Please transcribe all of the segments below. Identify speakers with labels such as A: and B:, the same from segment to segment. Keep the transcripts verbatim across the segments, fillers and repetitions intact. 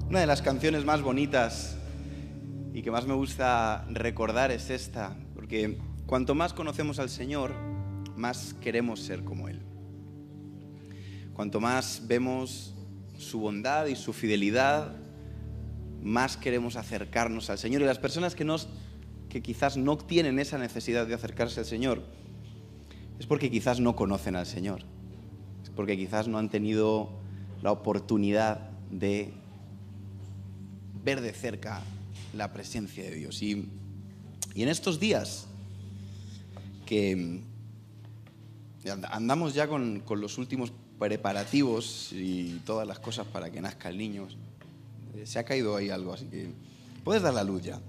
A: Una de las canciones más bonitas y que más me gusta recordar es esta, porque cuanto más conocemos al Señor, más queremos ser como Él. Cuanto más vemos su bondad y su fidelidad, más queremos acercarnos al Señor. Y las personas que, nos, que quizás no tienen esa necesidad de acercarse al Señor, es porque quizás no conocen al Señor. Es porque quizás no han tenido la oportunidad de ver de cerca la presencia de Dios. Y, y en estos días que andamos ya con, con los últimos preparativos y todas las cosas para que nazca el niño, se ha caído ahí algo, así que puedes dar la luz ya.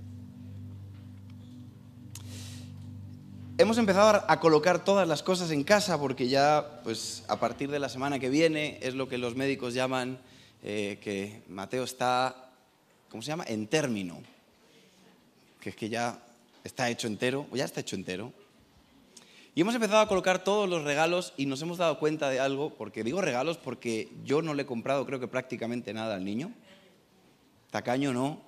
A: Hemos empezado a colocar todas las cosas en casa porque ya, pues, a partir de la semana que viene es lo que los médicos llaman eh, que Mateo está, ¿cómo se llama? En término, que es que ya está hecho entero, o ya está hecho entero. Y hemos empezado a colocar todos los regalos y nos hemos dado cuenta de algo, porque digo regalos porque yo no le he comprado creo que prácticamente nada al niño. Tacaño no.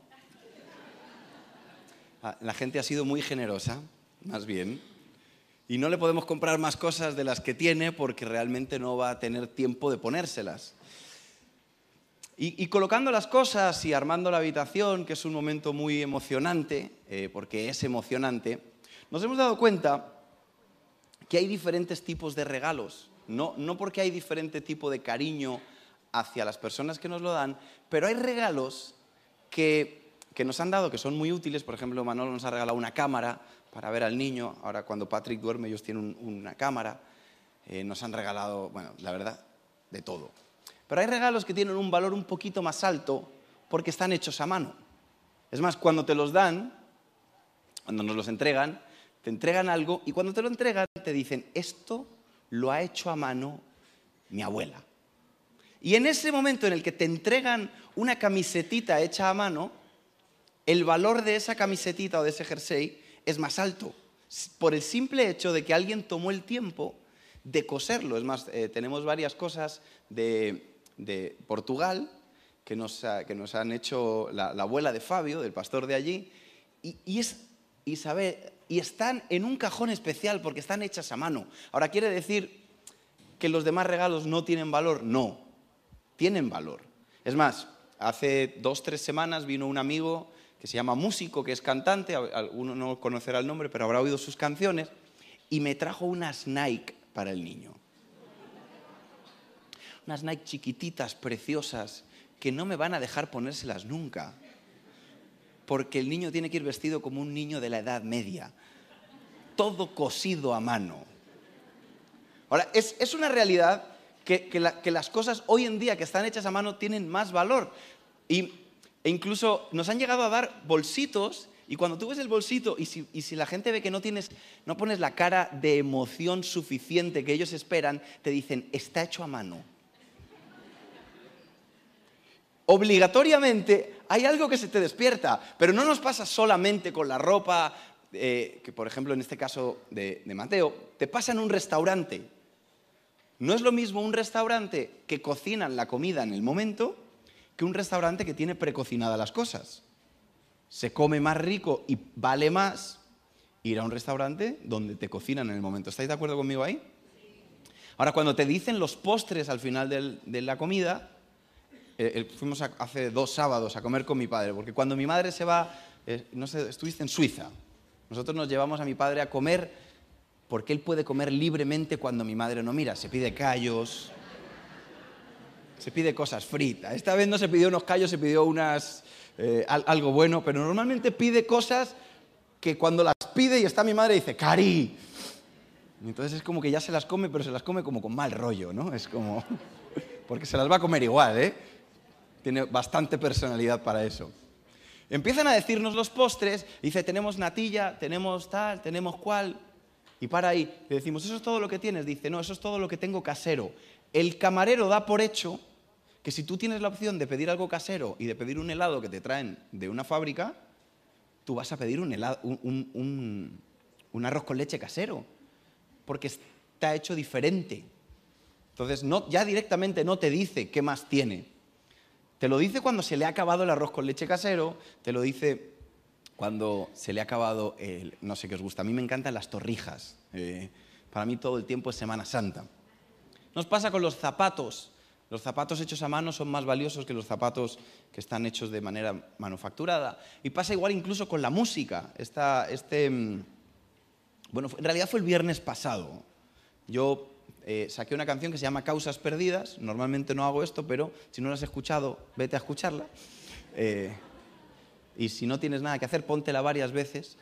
A: La gente ha sido muy generosa, más bien. Y no le podemos comprar más cosas de las que tiene porque realmente no va a tener tiempo de ponérselas. Y, y colocando las cosas y armando la habitación, que es un momento muy emocionante, eh, porque es emocionante, nos hemos dado cuenta que hay diferentes tipos de regalos. No, no porque hay diferente tipo de cariño hacia las personas que nos lo dan, pero hay regalos que, que nos han dado que son muy útiles. Por ejemplo, Manolo nos ha regalado una cámara para ver al niño. Ahora cuando Patrick duerme ellos tienen un, una cámara. Eh, nos han regalado, bueno, la verdad, de todo. Pero hay regalos que tienen un valor un poquito más alto porque están hechos a mano. Es más, cuando te los dan, cuando nos los entregan, te entregan algo y cuando te lo entregan te dicen, esto lo ha hecho a mano mi abuela. Y en ese momento en el que te entregan una camisetita hecha a mano, el valor de esa camisetita o de ese jersey es más alto, por el simple hecho de que alguien tomó el tiempo de coserlo. Es más, eh, tenemos varias cosas de... de Portugal, que nos, ha, que nos han hecho la, la abuela de Fabio, del pastor de allí, y, y, es, Isabel, y están en un cajón especial porque están hechas a mano. Ahora, ¿quiere decir que los demás regalos no tienen valor? No, tienen valor. Es más, hace dos, tres semanas vino un amigo que se llama Músico, que es cantante, alguno no conocerá el nombre, pero habrá oído sus canciones, y me trajo unas Nike para el niño. Unas Nike chiquititas, preciosas, que no me van a dejar ponérselas nunca. Porque el niño tiene que ir vestido como un niño de la Edad Media. Todo cosido a mano. Ahora, es, es una realidad que, que, la, que las cosas hoy en día que están hechas a mano tienen más valor. Y, e incluso nos han llegado a dar bolsitos, y cuando tú ves el bolsito, y si, y si la gente ve que no, tienes, no pones la cara de emoción suficiente que ellos esperan, te dicen, está hecho a mano. Obligatoriamente hay algo que se te despierta, pero no nos pasa solamente con la ropa, eh, que por ejemplo en este caso de, de Mateo, te pasa en un restaurante. No es lo mismo un restaurante que cocinan la comida en el momento que un restaurante que tiene precocinadas las cosas. Se come más rico y vale más ir a un restaurante donde te cocinan en el momento. ¿Estáis de acuerdo conmigo ahí? Ahora, cuando te dicen los postres al final del, de la comida, Eh, fuimos a, hace dos sábados a comer con mi padre, porque cuando mi madre se va, eh, no sé, estuviste en Suiza, nosotros nos llevamos a mi padre a comer porque él puede comer libremente cuando mi madre no mira. Se pide callos, se pide cosas fritas. Esta vez no se pidió unos callos, se pidió unas, eh, algo bueno, pero normalmente pide cosas que cuando las pide y está mi madre dice, ¡Cari! Entonces es como que ya se las come, pero se las come como con mal rollo, ¿no? Es como... porque se las va a comer igual, ¿eh? Tiene bastante personalidad para eso. Empiezan a decirnos los postres, dice, tenemos natilla, tenemos tal, tenemos cual, y para ahí. Le decimos, ¿eso es todo lo que tienes? Dice, no, eso es todo lo que tengo casero. El camarero da por hecho que si tú tienes la opción de pedir algo casero y de pedir un helado que te traen de una fábrica, tú vas a pedir un, helado, un, un, un, un arroz con leche casero, porque está hecho diferente. Entonces, no, ya directamente no te dice qué más tiene. Te lo dice cuando se le ha acabado el arroz con leche casero, te lo dice cuando se le ha acabado el... no sé qué os gusta, a mí me encantan las torrijas. Eh, para mí todo el tiempo es Semana Santa. Nos pasa con los zapatos. Los zapatos hechos a mano son más valiosos que los zapatos que están hechos de manera manufacturada. Y pasa igual incluso con la música. Esta, este, bueno, en realidad fue el viernes pasado. Yo eh, saqué una canción que se llama Causas Perdidas. Normalmente no hago esto, pero si no la has escuchado, vete a escucharla. Eh, y si no tienes nada que hacer, póntela varias veces.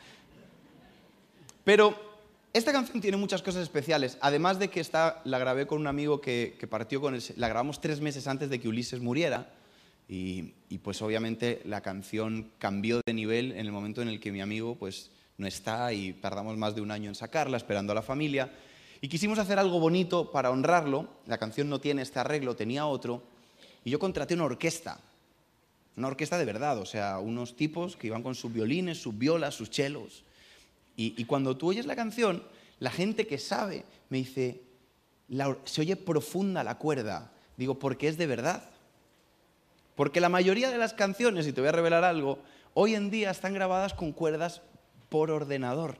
A: Pero esta canción tiene muchas cosas especiales, además de que esta, la grabé con un amigo que, que partió con él, la grabamos tres meses antes de que Ulises muriera y, y pues obviamente la canción cambió de nivel en el momento en el que mi amigo pues no está y tardamos más de un año en sacarla, esperando a la familia y quisimos hacer algo bonito para honrarlo. La canción no tiene este arreglo, tenía otro y yo contraté una orquesta, una orquesta de verdad, o sea, unos tipos que iban con sus violines, sus violas, sus chelos. Y, y cuando tú oyes la canción, la gente que sabe me dice, la, se oye profunda la cuerda. Digo, porque es de verdad. Porque la mayoría de las canciones, y te voy a revelar algo, hoy en día están grabadas con cuerdas por ordenador.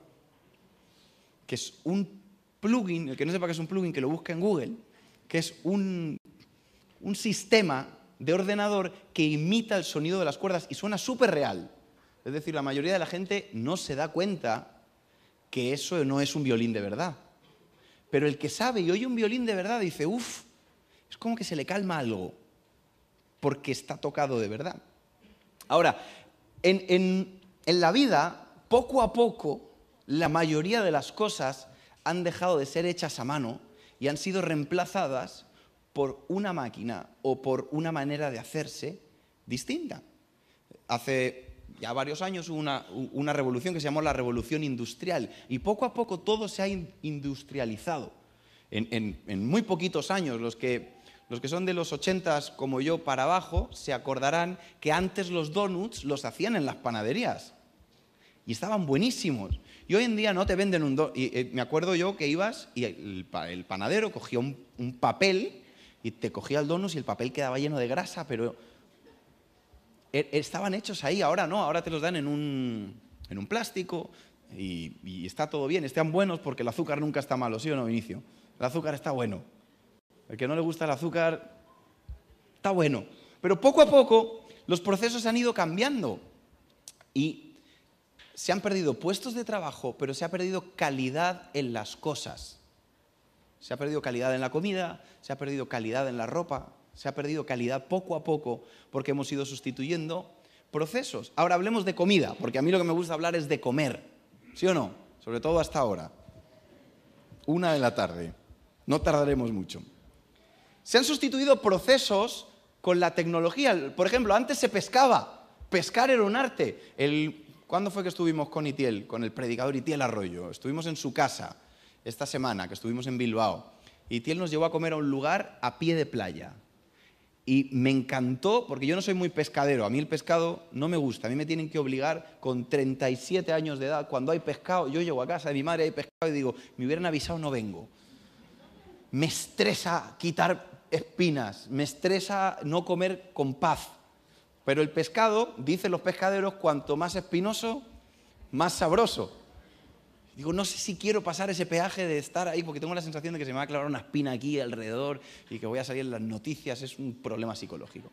A: Que es un plugin, el que no sepa que es un plugin, que lo busque en Google, que es un, un sistema de ordenador que imita el sonido de las cuerdas y suena súper real. Es decir, la mayoría de la gente no se da cuenta que eso no es un violín de verdad. Pero el que sabe y oye un violín de verdad dice, uff, es como que se le calma algo, porque está tocado de verdad. Ahora, en, en, en la vida, poco a poco, la mayoría de las cosas han dejado de ser hechas a mano y han sido reemplazadas por una máquina o por una manera de hacerse distinta. Hace ya varios años hubo una, una revolución que se llamó la revolución industrial y poco a poco todo se ha industrializado. En, en, en muy poquitos años, los que, los que son de los ochentas como yo para abajo se acordarán que antes los donuts los hacían en las panaderías y estaban buenísimos. Y hoy en día no te venden un donut. Y, eh, me acuerdo yo que ibas y el, el panadero cogía un, un papel y te cogía el donut y el papel quedaba lleno de grasa, pero estaban hechos ahí, ahora no, ahora te los dan en un, en un plástico y, y está todo bien, están buenos porque el azúcar nunca está malo, ¿sí o no, Vinicio? El azúcar está bueno. El que no le gusta el azúcar está bueno. Pero poco a poco los procesos han ido cambiando y se han perdido puestos de trabajo, pero se ha perdido calidad en las cosas. Se ha perdido calidad en la comida, se ha perdido calidad en la ropa, se ha perdido calidad poco a poco porque hemos ido sustituyendo procesos. Ahora hablemos de comida, porque a mí lo que me gusta hablar es de comer, ¿sí o no? Sobre todo hasta ahora. Una de la tarde. No tardaremos mucho. Se han sustituido procesos con la tecnología. Por ejemplo, antes se pescaba. Pescar era un arte. El, ¿Cuándo fue que estuvimos con Itiel? Con el predicador Itiel Arroyo. Estuvimos en su casa esta semana, que estuvimos en Bilbao. Itiel nos llevó a comer a un lugar a pie de playa. Y me encantó, porque yo no soy muy pescadero, a mí el pescado no me gusta, a mí me tienen que obligar con treinta y siete años de edad, cuando hay pescado, yo llego a casa de mi madre, hay pescado y digo, me hubieran avisado, no vengo. Me estresa quitar espinas, me estresa no comer con paz. Pero el pescado, dicen los pescaderos, cuanto más espinoso, más sabroso. Digo, no sé si quiero pasar ese peaje de estar ahí porque tengo la sensación de que se me va a clavar una espina aquí alrededor y que voy a salir en las noticias. Es un problema psicológico.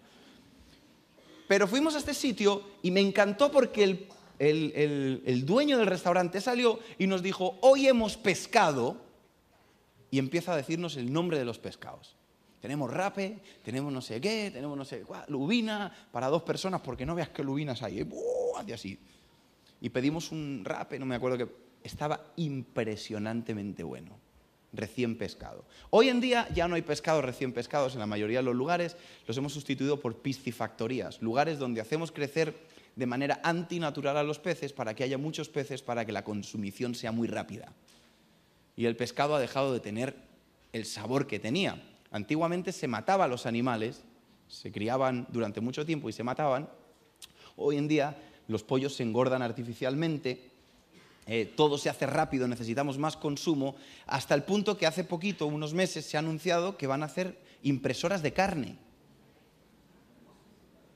A: Pero fuimos a este sitio y me encantó porque el, el, el, el dueño del restaurante salió y nos dijo, hoy hemos pescado, y empieza a decirnos el nombre de los pescados. Tenemos rape, tenemos no sé qué, tenemos no sé cuál, lubina para dos personas porque no veas qué lubinas hay. Y así. Y pedimos un rape, no me acuerdo qué. Estaba impresionantemente bueno, recién pescado. Hoy en día ya no hay pescados recién pescados en la mayoría de los lugares, los hemos sustituido por piscifactorías, lugares donde hacemos crecer de manera antinatural a los peces para que haya muchos peces para que la consumición sea muy rápida. Y el pescado ha dejado de tener el sabor que tenía. Antiguamente se mataba a los animales, se criaban durante mucho tiempo y se mataban. Hoy en día los pollos se engordan artificialmente. Eh, todo se hace rápido, necesitamos más consumo, hasta el punto que hace poquito, unos meses, se ha anunciado que van a hacer impresoras de carne.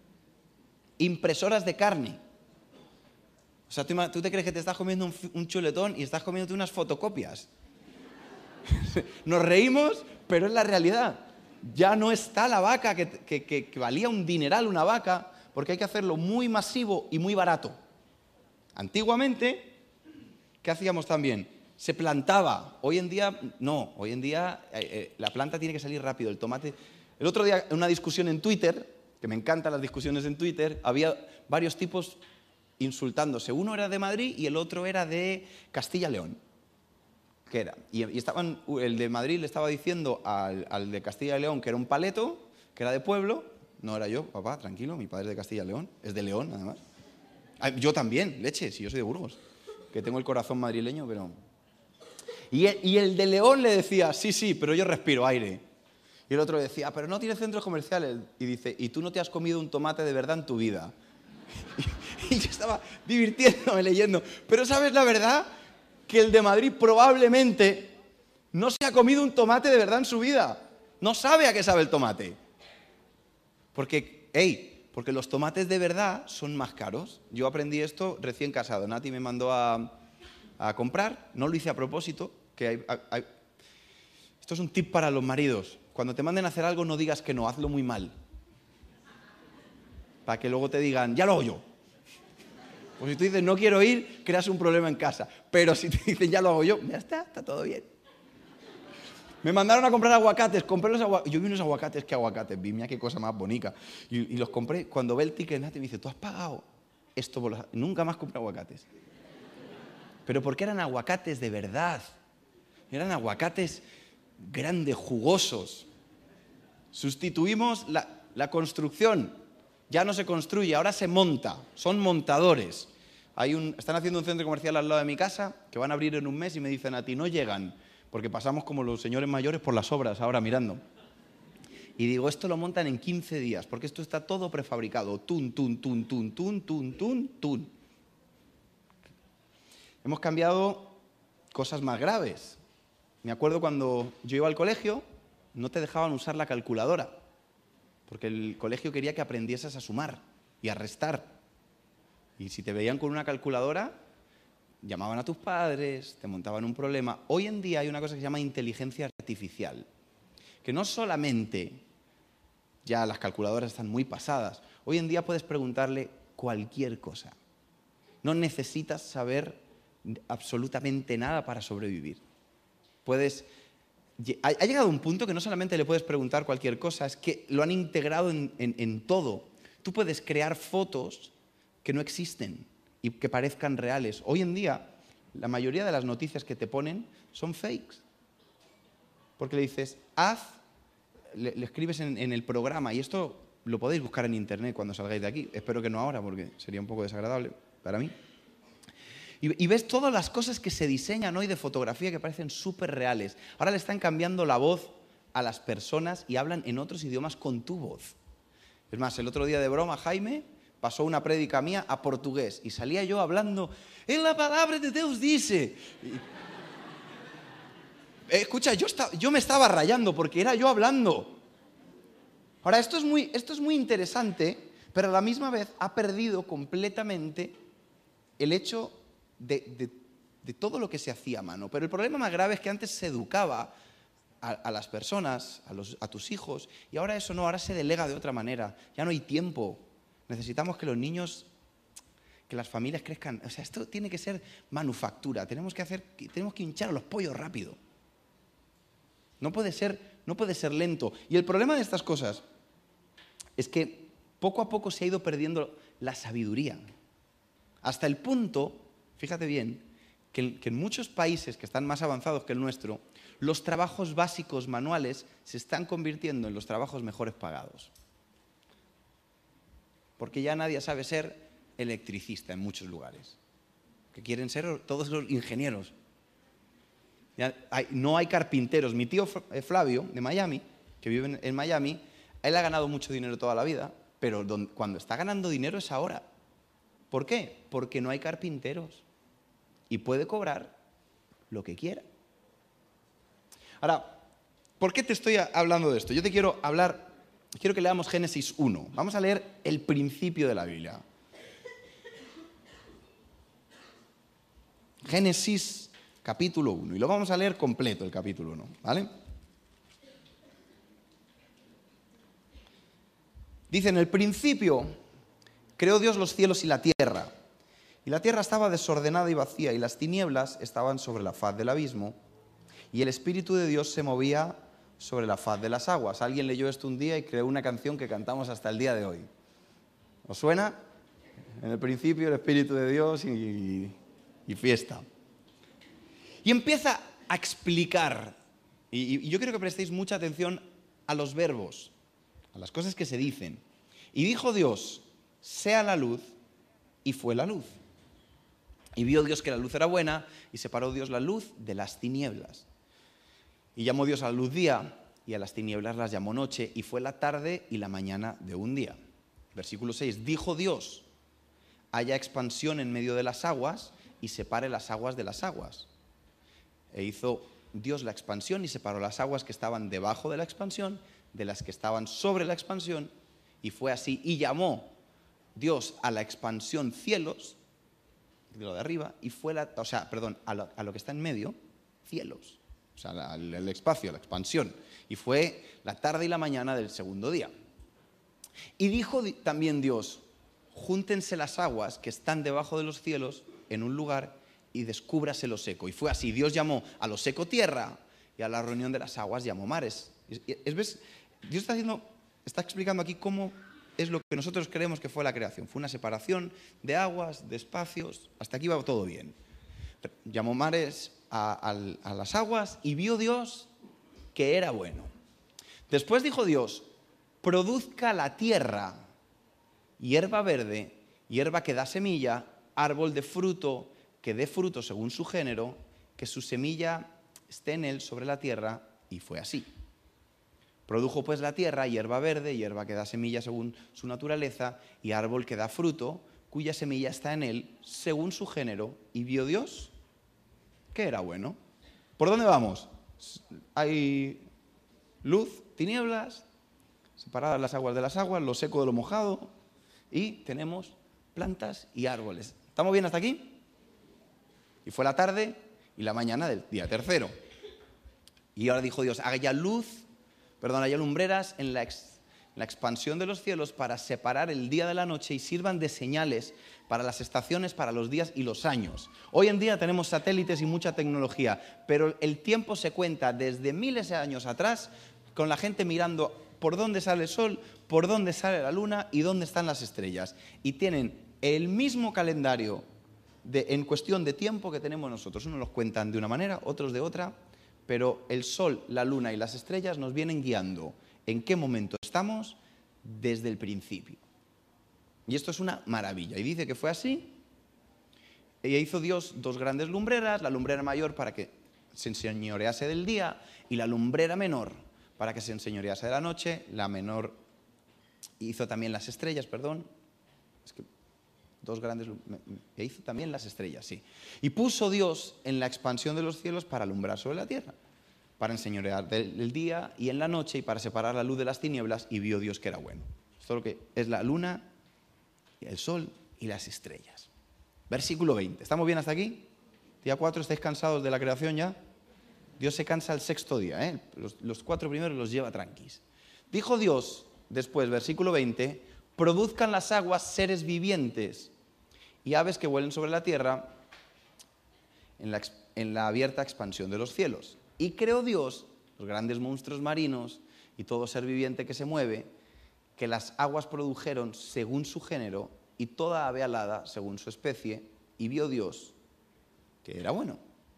A: impresoras de carne. O sea, ¿tú, tú te crees que te estás comiendo un, un chuletón y estás comiéndote unas fotocopias? Nos reímos, pero es la realidad. Ya no está la vaca, que, que, que, que valía un dineral una vaca, porque hay que hacerlo muy masivo y muy barato. Antiguamente, ¿qué hacíamos también? Se plantaba. Hoy en día, no. Hoy en día eh, eh, la planta tiene que salir rápido. El tomate... El otro día, en una discusión en Twitter, que me encantan las discusiones en Twitter, había varios tipos insultándose. Uno era de Madrid y el otro era de Castilla y León. ¿Qué era? Y, y estaban, el de Madrid le estaba diciendo al, al de Castilla y León que era un paleto, que era de pueblo. No era yo, papá, tranquilo, mi padre es de Castilla y León. Es de León, además. Yo también, leche, si yo soy de Burgos. Que tengo el corazón madrileño, pero... Y el, y el de León le decía, sí, sí, pero yo respiro aire. Y el otro le decía, pero no tiene centros comerciales. Y dice, ¿y tú no te has comido un tomate de verdad en tu vida? Y yo estaba divirtiéndome leyendo. Pero ¿sabes la verdad? Que el de Madrid probablemente no se ha comido un tomate de verdad en su vida. No sabe a qué sabe el tomate. Porque, hey, porque los tomates de verdad son más caros. Yo aprendí esto recién casado. Nati me mandó a, a comprar. No lo hice a propósito. Que hay, hay... Esto es un tip para los maridos. Cuando te manden a hacer algo, no digas que no, hazlo muy mal. Para que luego te digan, ya lo hago yo. Pues si tú dices, no quiero ir, creas un problema en casa. Pero si te dicen, ya lo hago yo, ya está, está todo bien. Me mandaron a comprar aguacates, compré los aguacates. Yo vi unos aguacates, ¿qué aguacates? Vi, mira qué cosa más bonita. Y, y los compré. Cuando ve el ticket, Nati me dice, ¿tú has pagado esto por los... Nunca más compré aguacates. Pero porque eran aguacates de verdad. Eran aguacates grandes, jugosos. Sustituimos la, la construcción. Ya no se construye, ahora se monta. Son montadores. Hay un, están haciendo un centro comercial al lado de mi casa que van a abrir en un mes y me dicen a ti, no llegan, porque pasamos como los señores mayores por las obras ahora mirando. Y digo, esto lo montan en quince días, porque esto está todo prefabricado. Tun, tun, tun, tun, tun, tun, tun, tun. Hemos cambiado cosas más graves. Me acuerdo cuando yo iba al colegio, no te dejaban usar la calculadora, porque el colegio quería que aprendieses a sumar y a restar. Y si te veían con una calculadora, llamaban a tus padres, te montaban un problema. Hoy en día hay una cosa que se llama inteligencia artificial, que no solamente ya las calculadoras están muy pasadas, hoy en día puedes preguntarle cualquier cosa. No necesitas saber absolutamente nada para sobrevivir. Puedes... Ha llegado un punto que no solamente le puedes preguntar cualquier cosa, es que lo han integrado en, en, en todo. Tú puedes crear fotos que no existen y que parezcan reales. Hoy en día, la mayoría de las noticias que te ponen son fakes. Porque le dices, haz, le, le escribes en, en el programa, y esto lo podéis buscar en internet cuando salgáis de aquí. Espero que no ahora, porque sería un poco desagradable para mí. Y, y ves todas las cosas que se diseñan hoy de fotografía que parecen súper reales. Ahora le están cambiando la voz a las personas y hablan en otros idiomas con tu voz. Es más, el otro día de broma, Jaime pasó una prédica mía a portugués y salía yo hablando, en la palabra de Dios dice. Y, eh, escucha, yo, estaba, yo me estaba rayando porque era yo hablando. Ahora, esto es, muy, esto es muy interesante, pero a la misma vez ha perdido completamente el hecho de, de, de todo lo que se hacía a mano. Pero el problema más grave es que antes se educaba a, a las personas, a, los, a tus hijos, y ahora eso no, ahora se delega de otra manera. Ya no hay tiempo. Necesitamos que los niños, que las familias crezcan. O sea, esto tiene que ser manufactura. Tenemos que hacer, tenemos que hinchar a los pollos rápido. No puede ser, no puede ser lento. Y el problema de estas cosas es que poco a poco se ha ido perdiendo la sabiduría. Hasta el punto, fíjate bien, que, que en muchos países que están más avanzados que el nuestro, los trabajos básicos manuales se están convirtiendo en los trabajos mejores pagados. Porque ya nadie sabe ser electricista en muchos lugares. Que quieren ser todos los ingenieros. Ya hay, no hay carpinteros. Mi tío Flavio, de Miami, que vive en, en Miami, él ha ganado mucho dinero toda la vida, pero don, cuando está ganando dinero es ahora. ¿Por qué? Porque no hay carpinteros. Y puede cobrar lo que quiera. Ahora, ¿por qué te estoy hablando de esto? Yo te quiero hablar quiero que leamos Génesis uno. Vamos a leer el principio de la Biblia. Génesis capítulo uno. Y lo vamos a leer completo, el capítulo uno, ¿vale? Dice, en el principio creó Dios los cielos y la tierra. Y la tierra estaba desordenada y vacía, y las tinieblas estaban sobre la faz del abismo, y el Espíritu de Dios se movía sobre la faz de las aguas. Alguien leyó esto un día y creó una canción que cantamos hasta el día de hoy. ¿Os suena? En el principio el Espíritu de Dios y, y fiesta. Y empieza a explicar, y, y yo quiero que prestéis mucha atención a los verbos, a las cosas que se dicen. Y dijo Dios, sea la luz, y fue la luz. Y vio Dios que la luz era buena, y separó Dios la luz de las tinieblas. Y llamó Dios a la luz día, y a las tinieblas las llamó noche, y fue la tarde y la mañana de un día. Versículo seis, dijo Dios, haya expansión en medio de las aguas, y separe las aguas de las aguas. E hizo Dios la expansión, y separó las aguas que estaban debajo de la expansión, de las que estaban sobre la expansión, y fue así. Y llamó Dios a la expansión cielos, de lo de arriba, y fue la, o sea, perdón, a lo, a lo que está en medio, cielos. O sea, la, el, el espacio, la expansión. Y fue la tarde y la mañana del segundo día. Y dijo también Dios, júntense las aguas que están debajo de los cielos en un lugar y descúbrase lo seco. Y fue así. Dios llamó a lo seco tierra y a la reunión de las aguas llamó mares. Es, ¿ves? Dios está haciendo, está explicando aquí cómo es lo que nosotros creemos que fue la creación. Fue una separación de aguas, de espacios. Hasta aquí va todo bien. Llamó mares a, a, a las aguas y vio Dios que era bueno. Después dijo Dios, produzca la tierra hierba verde, hierba que da semilla, árbol de fruto que dé fruto según su género, que su semilla esté en él sobre la tierra, y fue así. Produjo pues la tierra hierba verde, hierba que da semilla según su naturaleza, y árbol que da fruto, cuya semilla está en él según su género, y vio Dios que era bueno. ¿Por dónde vamos? Hay luz, tinieblas, separadas las aguas de las aguas, lo seco de lo mojado, y tenemos plantas y árboles. ¿Estamos bien hasta aquí? Y fue la tarde y la mañana del día tercero. Y ahora dijo Dios, haya luz, perdón, haya lumbreras en la, ex, en la expansión de los cielos para separar el día de la noche y sirvan de señales para las estaciones, para los días y los años. Hoy en día tenemos satélites y mucha tecnología, pero el tiempo se cuenta desde miles de años atrás con la gente mirando por dónde sale el sol, por dónde sale la luna y dónde están las estrellas. Y tienen el mismo calendario de, en cuestión de tiempo que tenemos nosotros. Unos los cuentan de una manera, otros de otra, pero el sol, la luna y las estrellas nos vienen guiando en qué momento estamos desde el principio. Y esto es una maravilla. Y dice que fue así. E hizo Dios dos grandes lumbreras, la lumbrera mayor para que se enseñorease del día y la lumbrera menor para que se enseñorease de la noche. La menor hizo también las estrellas, perdón. Es que dos grandes, e hizo también las estrellas, sí. Y puso Dios en la expansión de los cielos para alumbrar sobre la tierra, para enseñorear del día y en la noche y para separar la luz de las tinieblas, y vio Dios que era bueno. Esto es lo que es la luna, el sol y las estrellas. Versículo veinte. ¿Estamos bien hasta aquí? Día cuatro, ¿estáis cansados de la creación ya? Dios se cansa el sexto día, ¿eh? Los, los cuatro primeros los lleva tranquis. Dijo Dios, después, versículo veinte, produzcan las aguas seres vivientes y aves que vuelen sobre la tierra en la, en la abierta expansión de los cielos. Y creó Dios los grandes monstruos marinos y todo ser viviente que se mueve, que las aguas produjeron según su género y toda ave alada según su especie, y vio Dios que era bueno.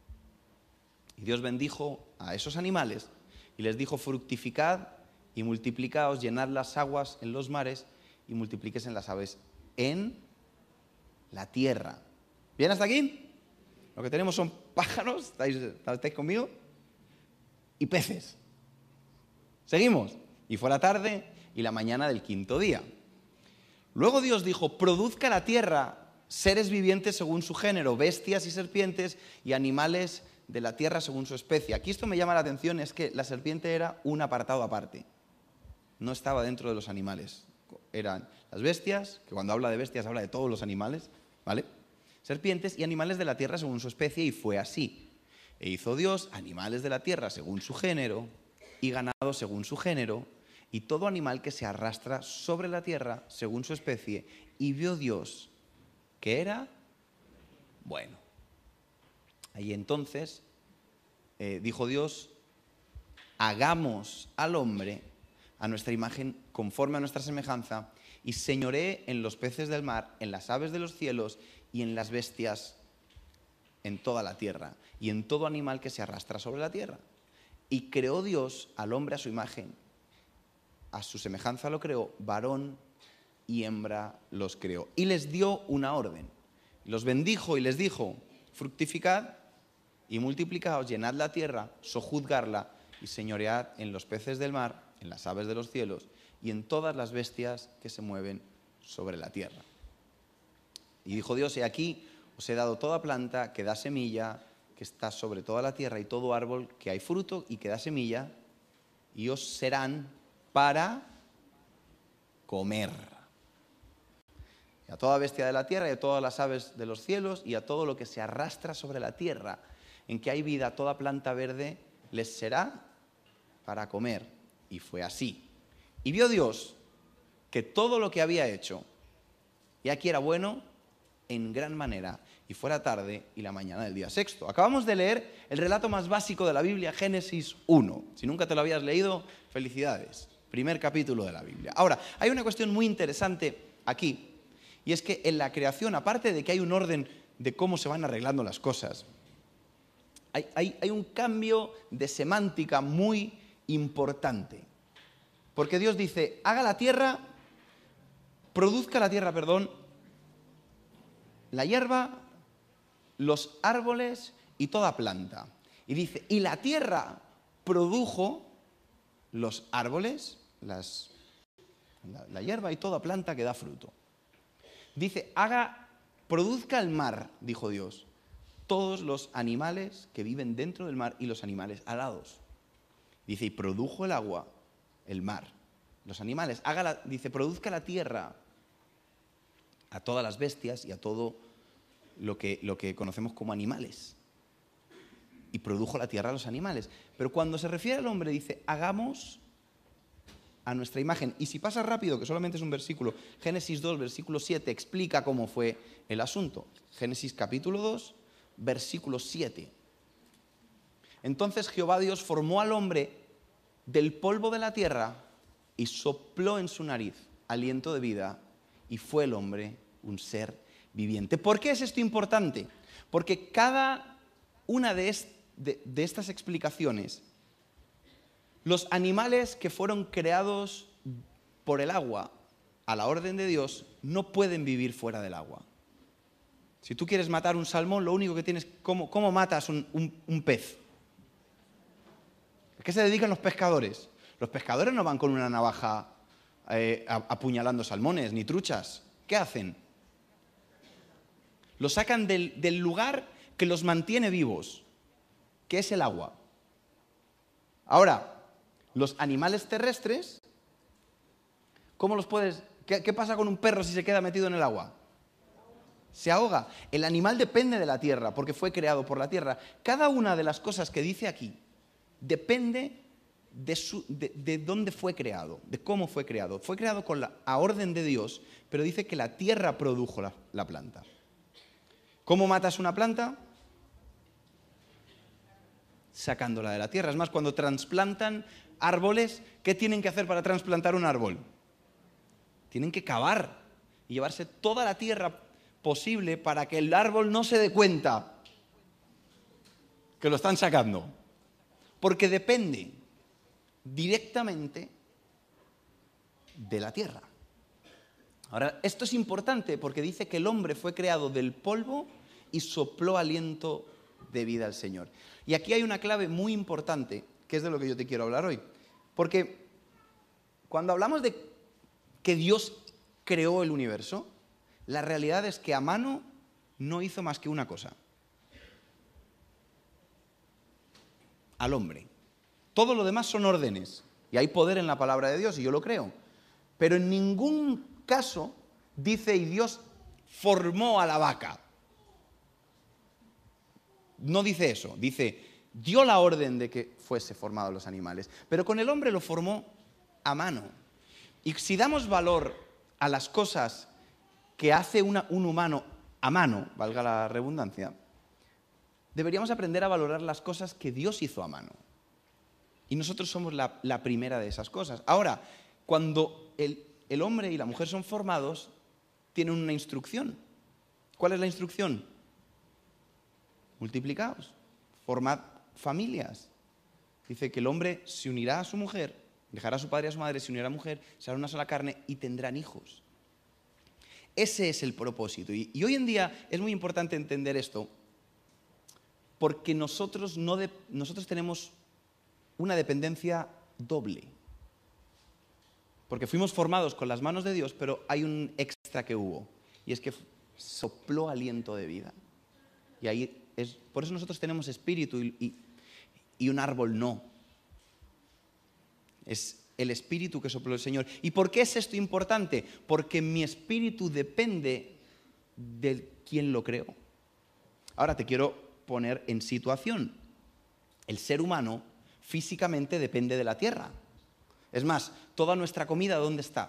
A: Y Dios bendijo a esos animales y les dijo, fructificad y multiplicaos, llenad las aguas en los mares y multiplíquense las aves en la tierra. ¿Bien hasta aquí? Lo que tenemos son pájaros, ¿estáis, estáis conmigo? Y peces. Seguimos. Y fue la tarde y la mañana del quinto día. Luego Dios dijo, produzca la tierra seres vivientes según su género, bestias y serpientes y animales de la tierra según su especie. Aquí esto me llama la atención, es que la serpiente era un apartado aparte. no estaba dentro de los animales. Eran las bestias, que cuando habla de bestias habla de todos los animales, ¿vale? Serpientes y animales de la tierra según su especie, y fue así. E hizo Dios animales de la tierra según su género, y ganado según su género, y todo animal que se arrastra sobre la tierra según su especie, y vio Dios que era bueno. Ahí entonces eh, dijo Dios: hagamos al hombre a nuestra imagen, conforme a nuestra semejanza, y señoree en los peces del mar, en las aves de los cielos y en las bestias, en toda la tierra, y en todo animal que se arrastra sobre la tierra. Y creó Dios al hombre a su imagen, a su semejanza lo creó, varón y hembra los creó. Y les dio una orden. Los bendijo y les dijo: fructificad y multiplicaos, llenad la tierra, sojuzgarla y señoread en los peces del mar, en las aves de los cielos y en todas las bestias que se mueven sobre la tierra. Y dijo Dios: he aquí, os he dado toda planta que da semilla, que está sobre toda la tierra, y todo árbol que hay fruto y que da semilla, y os serán para comer. Y a toda bestia de la tierra, y a todas las aves de los cielos, y a todo lo que se arrastra sobre la tierra, en que hay vida, toda planta verde, les será para comer. Y fue así. Y vio Dios que todo lo que había hecho, y aquí era bueno en gran manera, y fue la tarde y la mañana del día sexto. Acabamos de leer el relato más básico de la Biblia, Génesis uno. Si nunca te lo habías leído, felicidades. Primer capítulo de la Biblia. Ahora, hay una cuestión muy interesante aquí, y es que en la creación, aparte de que hay un orden de cómo se van arreglando las cosas, hay, hay, hay un cambio de semántica muy importante. Porque Dios dice: haga la tierra, produzca la tierra, perdón, la hierba, los árboles y toda planta. Y dice: y la tierra produjo los árboles, las, la, la hierba y toda planta que da fruto. Dice: haga, produzca el mar, dijo Dios, todos los animales que viven dentro del mar y los animales alados. Dice: y produjo el agua, el mar, los animales. Haga la, dice: produzca la tierra a todas las bestias y a todo lo que, lo que conocemos como animales. Y produjo la tierra a los animales. Pero cuando se refiere al hombre, dice: hagamos a nuestra imagen. Y si pasa rápido, que solamente es un versículo, Génesis dos, versículo siete, explica cómo fue el asunto. Génesis capítulo dos, versículo siete. Entonces Jehová Dios formó al hombre del polvo de la tierra y sopló en su nariz aliento de vida, y fue el hombre un ser viviente. ¿Por qué es esto importante? Porque cada una de, est de, de estas explicaciones, los animales que fueron creados por el agua a la orden de Dios no pueden vivir fuera del agua. Si tú quieres matar un salmón, lo único que tienes, ¿cómo, cómo matas un, un, un pez? ¿A qué se dedican los pescadores? Los pescadores no van con una navaja eh, apuñalando salmones ni truchas. ¿Qué hacen? Los sacan del, del lugar que los mantiene vivos, que es el agua. Ahora, los animales terrestres, ¿cómo los puedes...? ¿Qué, qué pasa con un perro si se queda metido en el agua? Se ahoga. El animal depende de la tierra, porque fue creado por la tierra. Cada una de las cosas que dice aquí depende de, su, de, de dónde fue creado, de cómo fue creado. Fue creado con la a orden de Dios, pero dice que la tierra produjo la, la planta. ¿Cómo matas una planta? Sacándola de la tierra. Es más, cuando trasplantan árboles, ¿qué tienen que hacer para trasplantar un árbol? Tienen que cavar y llevarse toda la tierra posible para que el árbol no se dé cuenta que lo están sacando. Porque depende directamente de la tierra. Ahora, esto es importante porque dice que el hombre fue creado del polvo y sopló aliento de vida al Señor. Y aquí hay una clave muy importante, que es de lo que yo te quiero hablar hoy. Porque cuando hablamos de que Dios creó el universo, la realidad es que a mano no hizo más que una cosa: al hombre. Todo lo demás son órdenes. Y hay poder en la palabra de Dios, y yo lo creo. Pero en ningún caso dice, y Dios formó a la vaca. No dice eso, dice, dio la orden de que fuese formados los animales. Pero con el hombre lo formó a mano. Y si damos valor a las cosas que hace una, un humano a mano, valga la redundancia, deberíamos aprender a valorar las cosas que Dios hizo a mano. Y nosotros somos la, la primera de esas cosas. Ahora, cuando el, el hombre y la mujer son formados, tienen una instrucción. ¿Cuál es la instrucción? Multiplicaos, formad familias. Dice que el hombre se unirá a su mujer, dejará a su padre y a su madre, se unirá a la mujer, será una sola carne y tendrán hijos. Ese es el propósito. Y, y hoy en día es muy importante entender esto, porque nosotros, no de, nosotros tenemos una dependencia doble. Porque fuimos formados con las manos de Dios, pero hay un extra que hubo, y es que sopló aliento de vida. Y ahí es, por eso nosotros tenemos espíritu y, y, y un árbol no. Es el espíritu que sopló el Señor. ¿Y por qué es esto importante? Porque mi espíritu depende de quién lo creó. Ahora te quiero poner en situación. El ser humano físicamente depende de la tierra. Es más, toda nuestra comida, ¿dónde está?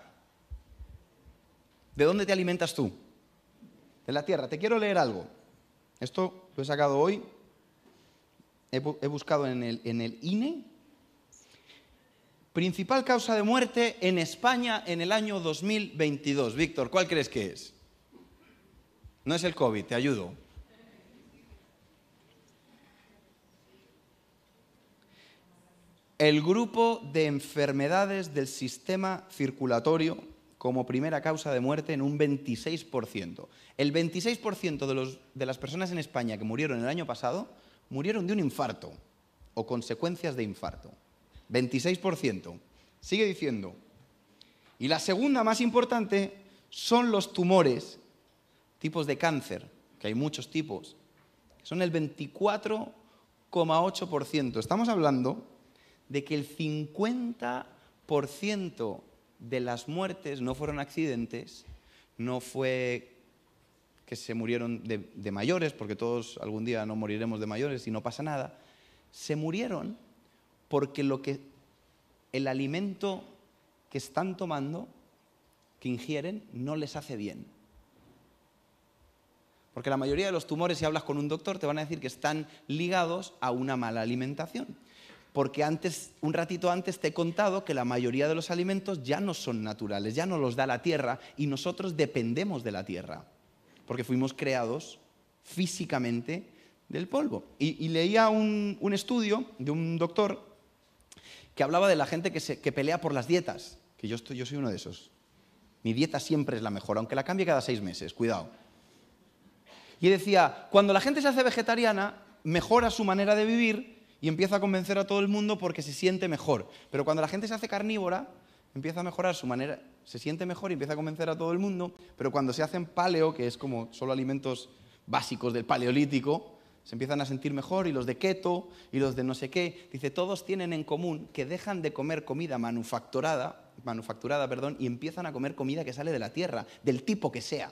A: ¿De dónde te alimentas tú? De la tierra. Te quiero leer algo. Esto lo he sacado hoy. He, bu- he buscado en el, en el I N E. Principal causa de muerte en España en el año dos mil veintidós. Víctor, ¿cuál crees que es? No es el COVID, te ayudo. El grupo de enfermedades del sistema circulatorio como primera causa de muerte en un veintiséis por ciento. El veintiséis por ciento de, los, de las personas en España que murieron el año pasado murieron de un infarto o consecuencias de infarto. veintiséis por ciento. Sigue diciendo. Y la segunda más importante son los tumores, tipos de cáncer, que hay muchos tipos. Son el veinticuatro coma ocho por ciento. Estamos hablando de que el cincuenta por ciento de las muertes no fueron accidentes, no fue que se murieron de, de mayores, porque todos algún día no moriremos de mayores y no pasa nada. Se murieron porque lo que, el alimento que están tomando, que ingieren, no les hace bien. Porque la mayoría de los tumores, si hablas con un doctor, te van a decir que están ligados a una mala alimentación. Porque antes, un ratito antes te he contado que la mayoría de los alimentos ya no son naturales, ya no los da la tierra y nosotros dependemos de la tierra. Porque fuimos creados físicamente del polvo. Y, y leía un, un estudio de un doctor que hablaba de la gente que, se, que pelea por las dietas, que yo, estoy, yo soy uno de esos. Mi dieta siempre es la mejor, aunque la cambie cada seis meses, cuidado. Y decía, cuando la gente se hace vegetariana, mejora su manera de vivir y empieza a convencer a todo el mundo porque se siente mejor. Pero cuando la gente se hace carnívora, empieza a mejorar su manera, se siente mejor y empieza a convencer a todo el mundo, pero cuando se hacen paleo, que es como solo alimentos básicos del paleolítico, se empiezan a sentir mejor, y los de keto, y los de no sé qué. Dice, todos tienen en común que dejan de comer comida manufacturada, manufacturada, perdón, y empiezan a comer comida que sale de la tierra, del tipo que sea.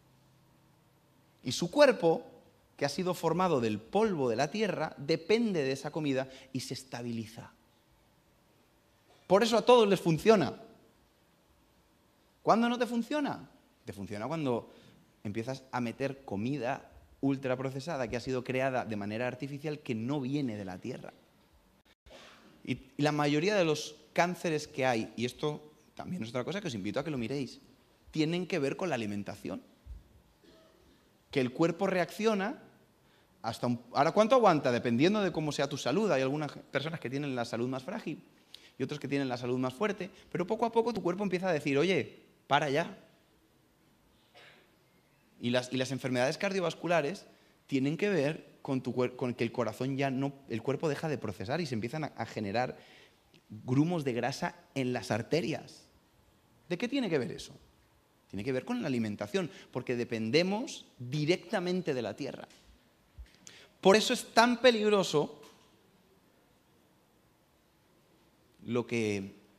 A: Y su cuerpo, que ha sido formado del polvo de la tierra, depende de esa comida y se estabiliza. Por eso a todos les funciona. ¿Cuándo no te funciona? Te funciona cuando empiezas a meter comida ultraprocesada que ha sido creada de manera artificial que no viene de la tierra. Y la mayoría de los cánceres que hay, y esto también es otra cosa que os invito a que lo miréis, tienen que ver con la alimentación. Que el cuerpo reacciona hasta un... Ahora, ¿cuánto aguanta? Dependiendo de cómo sea tu salud. Hay algunas personas que tienen la salud más frágil y otros que tienen la salud más fuerte, pero poco a poco tu cuerpo empieza a decir, oye, para ya. Y las, y las enfermedades cardiovasculares tienen que ver con, tu, con que el corazón ya no, el cuerpo deja de procesar y se empiezan a, a generar grumos de grasa en las arterias. ¿De qué tiene que ver eso? Tiene que ver con la alimentación, porque dependemos directamente de la tierra. Por eso es tan peligroso lo que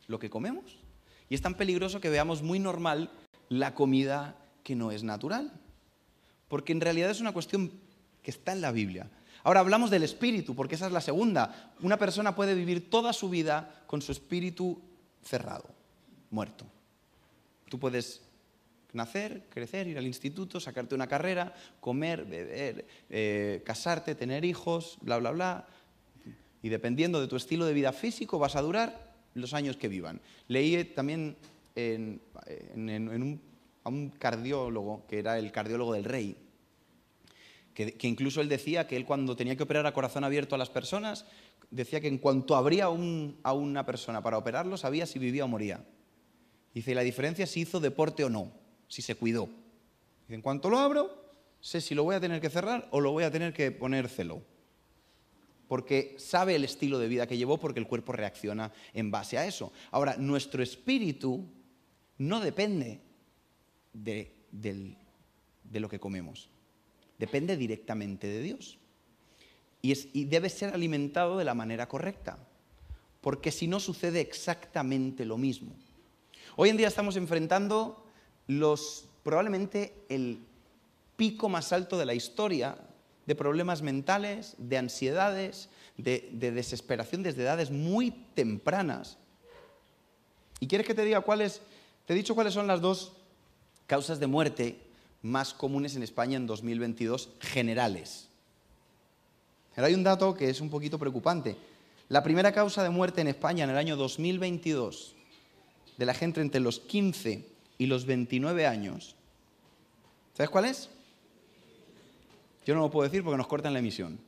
A: lo que comemos. Y es tan peligroso que veamos muy normal la comida que no es natural. Porque en realidad es una cuestión que está en la Biblia. Ahora hablamos del espíritu, porque esa es la segunda. Una persona puede vivir toda su vida con su espíritu cerrado, muerto. Tú puedes nacer, crecer, ir al instituto, sacarte una carrera, comer, beber, eh, casarte, tener hijos, bla, bla, bla. Y dependiendo de tu estilo de vida físico vas a durar los años que vivan. Leí también en, en, en un, a un cardiólogo, que era el cardiólogo del rey, que, que incluso él decía que él cuando tenía que operar a corazón abierto a las personas, decía que en cuanto abría un, a una persona para operarlo, sabía si vivía o moría. Dice, y la diferencia es si hizo deporte o no, si se cuidó. Dice, en cuanto lo abro, sé si lo voy a tener que cerrar o lo voy a tener que poner celo. Porque sabe el estilo de vida que llevó, porque el cuerpo reacciona en base a eso. Ahora, nuestro espíritu no depende de, de, de lo que comemos. Depende directamente de Dios. Y, es, y debe ser alimentado de la manera correcta. Porque si no, sucede exactamente lo mismo. Hoy en día estamos enfrentando los, probablemente el pico más alto de la historia de problemas mentales, de ansiedades, de, de desesperación desde edades muy tempranas. ¿Y quieres que te diga cuáles? Te he dicho cuáles son las dos causas de muerte más comunes en España en dos mil veintidós, generales. Pero hay un dato que es un poquito preocupante. La primera causa de muerte en España en el año dos mil veintidós de la gente entre los quince y los veintinueve años, ¿sabes cuál es? Yo no lo puedo decir porque nos cortan la emisión.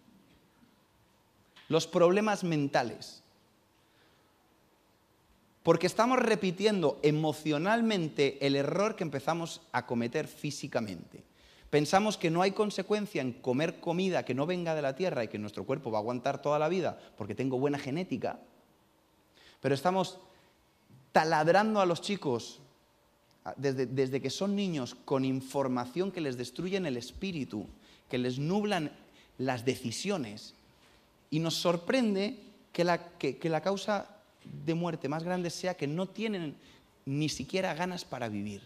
A: Los problemas mentales. Porque estamos repitiendo emocionalmente el error que empezamos a cometer físicamente. Pensamos que no hay consecuencia en comer comida que no venga de la tierra y que nuestro cuerpo va a aguantar toda la vida porque tengo buena genética. Pero estamos taladrando a los chicos desde, desde que son niños con información que les destruyen el espíritu, que les nublan las decisiones. Y nos sorprende que la, que, que la causa de muerte más grande sea que no tienen ni siquiera ganas para vivir.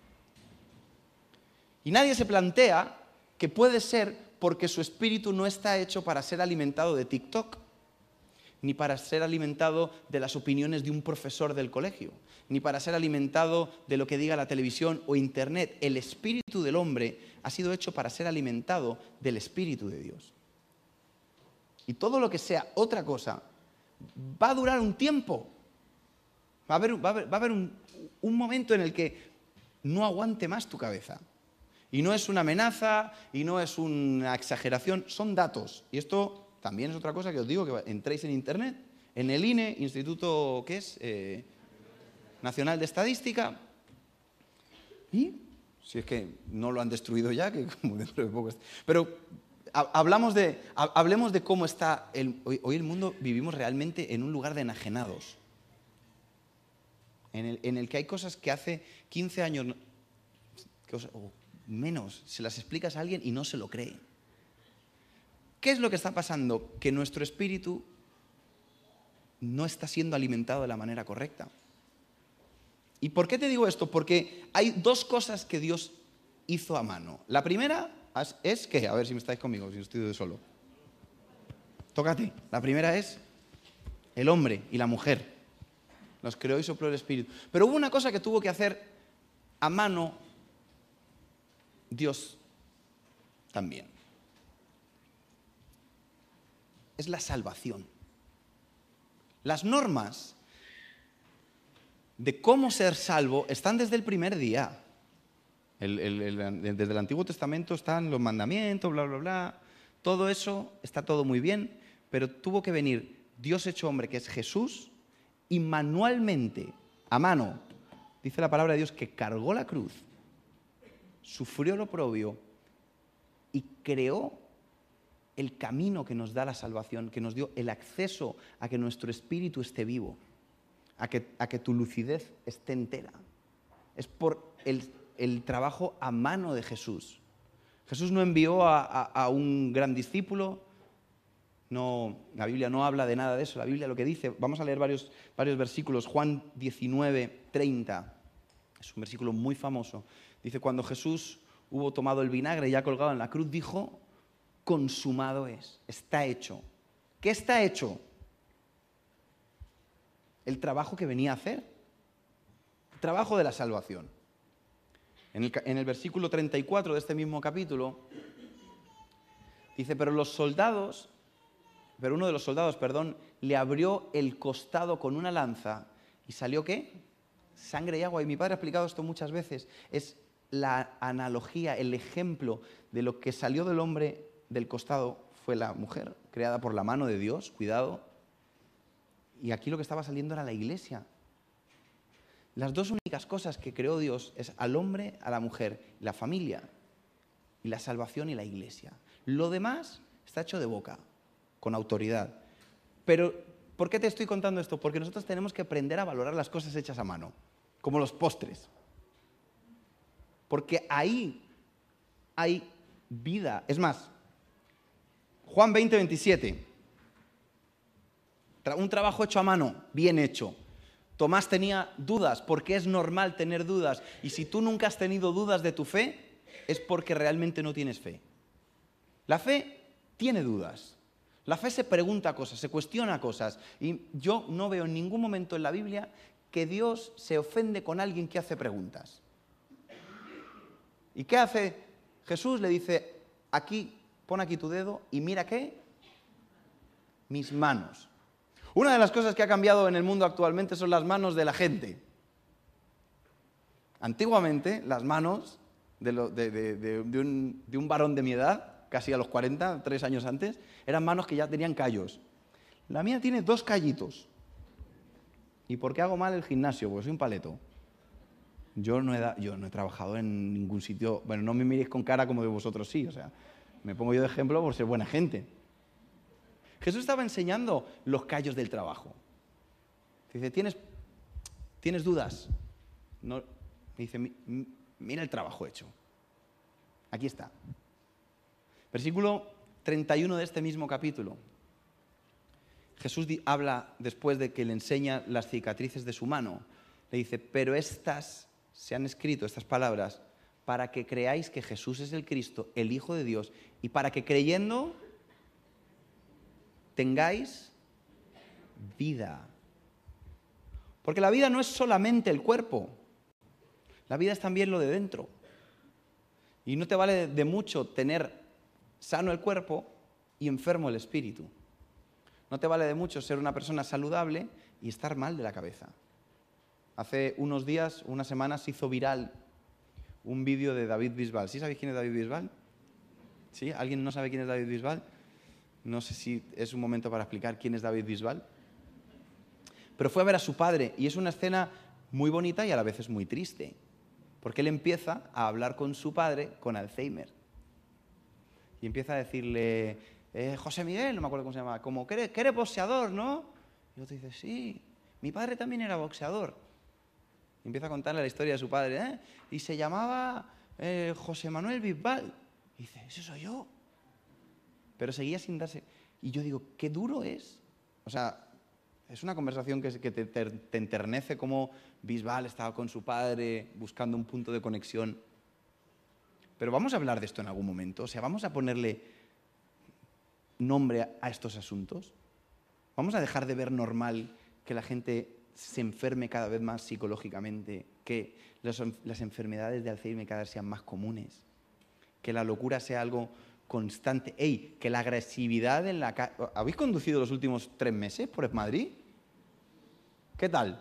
A: Y nadie se plantea que puede ser porque su espíritu no está hecho para ser alimentado de TikTok, ni para ser alimentado de las opiniones de un profesor del colegio, ni para ser alimentado de lo que diga la televisión o internet. El espíritu del hombre ha sido hecho para ser alimentado del espíritu de Dios. Y todo lo que sea otra cosa va a durar un tiempo. Va a haber, va a haber, va a haber un, un momento en el que no aguante más tu cabeza. Y no es una amenaza, y no es una exageración, son datos. Y esto también es otra cosa que os digo, que entréis en internet, en el I N E, Instituto, ¿qué es? Eh, Nacional de Estadística. Y, si es que no lo han destruido ya, que como dentro de poco... Pero hablamos de, hablemos de cómo está... El, hoy, hoy el mundo vivimos realmente en un lugar de enajenados. En el, en el que hay cosas que hace quince años... Que os, o menos, se las explicas a alguien y no se lo cree. ¿Qué es lo que está pasando? Que nuestro espíritu no está siendo alimentado de la manera correcta. ¿Y por qué te digo esto? Porque hay dos cosas que Dios hizo a mano. La primera es que, a ver si me estáis conmigo, si no estoy de solo. Tócate. La primera es el hombre y la mujer. Los creó y sopló el espíritu. Pero hubo una cosa que tuvo que hacer a mano Dios también. Es la salvación. Las normas de cómo ser salvo están desde el primer día. El, el, el, desde el Antiguo Testamento están los mandamientos, bla, bla, bla. Todo eso está todo muy bien, pero tuvo que venir Dios hecho hombre, que es Jesús, y manualmente, a mano, dice la palabra de Dios, que cargó la cruz, sufrió el oprobio y creó el camino que nos da la salvación, que nos dio el acceso a que nuestro espíritu esté vivo, a que, a que tu lucidez esté entera. Es por el, el trabajo a mano de Jesús. Jesús no envió a, a, a un gran discípulo, No, la Biblia no habla de nada de eso. La Biblia lo que dice, vamos a leer varios, varios versículos. Juan diecinueve, treinta, es un versículo muy famoso. Dice, cuando Jesús hubo tomado el vinagre ya colgado en la cruz, dijo, consumado es, está hecho. ¿Qué está hecho? El trabajo que venía a hacer. El trabajo de la salvación. En el, en el versículo treinta y cuatro de este mismo capítulo, dice, pero los soldados... Pero uno de los soldados, perdón, le abrió el costado con una lanza y salió ¿qué? Sangre y agua. Y mi padre ha explicado esto muchas veces. Es la analogía, el ejemplo de lo que salió del hombre del costado fue la mujer, creada por la mano de Dios, cuidado. Y aquí lo que estaba saliendo era la iglesia. Las dos únicas cosas que creó Dios es al hombre, a la mujer, la familia, y la salvación y la iglesia. Lo demás está hecho de boca, con autoridad. Pero, ¿por qué te estoy contando esto? Porque nosotros tenemos que aprender a valorar las cosas hechas a mano, como los postres. Porque ahí hay vida. Es más, Juan veinte, veintisiete. Un trabajo hecho a mano, bien hecho. Tomás tenía dudas, porque es normal tener dudas. Y si tú nunca has tenido dudas de tu fe, es porque realmente no tienes fe. La fe tiene dudas. La fe se pregunta cosas, se cuestiona cosas. Y yo no veo en ningún momento en la Biblia que Dios se ofende con alguien que hace preguntas. ¿Y qué hace Jesús? Le dice, aquí, pon aquí tu dedo y mira qué, mis manos. Una de las cosas que ha cambiado en el mundo actualmente son las manos de la gente. Antiguamente, las manos de, lo, de, de, de, de, un, de un varón de mi edad, casi a los cuarenta, tres años antes, eran manos que ya tenían callos. La mía tiene dos callitos. ¿Y por qué hago mal el gimnasio? Porque soy un paleto. Yo no he, da, yo no he trabajado en ningún sitio. Bueno, no me miréis con cara como de vosotros sí. O sea, me pongo yo de ejemplo por ser buena gente. Jesús estaba enseñando los callos del trabajo. Dice, ¿tienes, ¿tienes dudas? No, dice, mira el trabajo hecho. Aquí está. Versículo treinta y uno de este mismo capítulo. Jesús habla después de que le enseña las cicatrices de su mano. Le dice, pero estas se han escrito, estas palabras, para que creáis que Jesús es el Cristo, el Hijo de Dios, y para que creyendo tengáis vida. Porque la vida no es solamente el cuerpo, la vida es también lo de dentro. Y no te vale de mucho tener sano el cuerpo y enfermo el espíritu. No te vale de mucho ser una persona saludable y estar mal de la cabeza. Hace unos días, unas semanas, se hizo viral un vídeo de David Bisbal. ¿Sí sabéis quién es David Bisbal? ¿Sí? ¿Alguien no sabe quién es David Bisbal? No sé si es un momento para explicar quién es David Bisbal. Pero fue a ver a su padre y es una escena muy bonita y a la vez es muy triste. Porque él empieza a hablar con su padre con Alzheimer. Y empieza a decirle, eh, José Miguel, no me acuerdo cómo se llama, como, que eres, que eres boxeador, ¿no? Y otro dice, sí, mi padre también era boxeador. Y empieza a contarle la historia de su padre, ¿eh? Y se llamaba eh, José Manuel Bisbal. Y dice, ese soy yo. Pero seguía sin darse... Y yo digo, qué duro es. O sea, es una conversación que, que te, te, te enternece como Bisbal estaba con su padre buscando un punto de conexión. Pero vamos a hablar de esto en algún momento. O sea, vamos a ponerle nombre a, a estos asuntos. Vamos a dejar de ver normal que la gente se enferme cada vez más psicológicamente, que las, las enfermedades de Alzheimer cada vez sean más comunes, que la locura sea algo constante. ¡Ey! Que la agresividad en la calle... ¿Habéis conducido los últimos tres meses por Madrid? ¿Qué tal?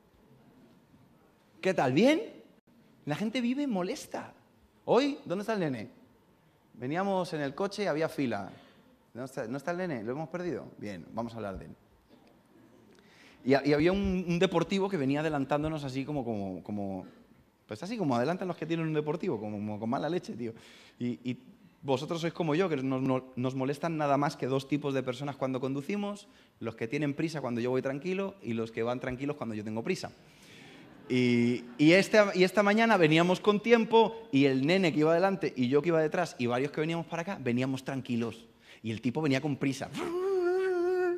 A: ¿Qué tal? ¿Bien? La gente vive molesta. Hoy, ¿dónde está el nene? Veníamos en el coche y había fila. ¿No está, ¿no está el nene? ¿Lo hemos perdido? Bien, vamos a hablar de él. Y, y había un, un deportivo que venía adelantándonos así como, como, como... Pues así como adelantan los que tienen un deportivo, como, como con mala leche, tío. Y, y vosotros sois como yo, que nos, nos, nos molestan nada más que dos tipos de personas cuando conducimos, los que tienen prisa cuando yo voy tranquilo y los que van tranquilos cuando yo tengo prisa. Y, y, este, y esta mañana veníamos con tiempo y el nene que iba adelante y yo que iba detrás y varios que veníamos para acá, veníamos tranquilos. Y el tipo venía con prisa.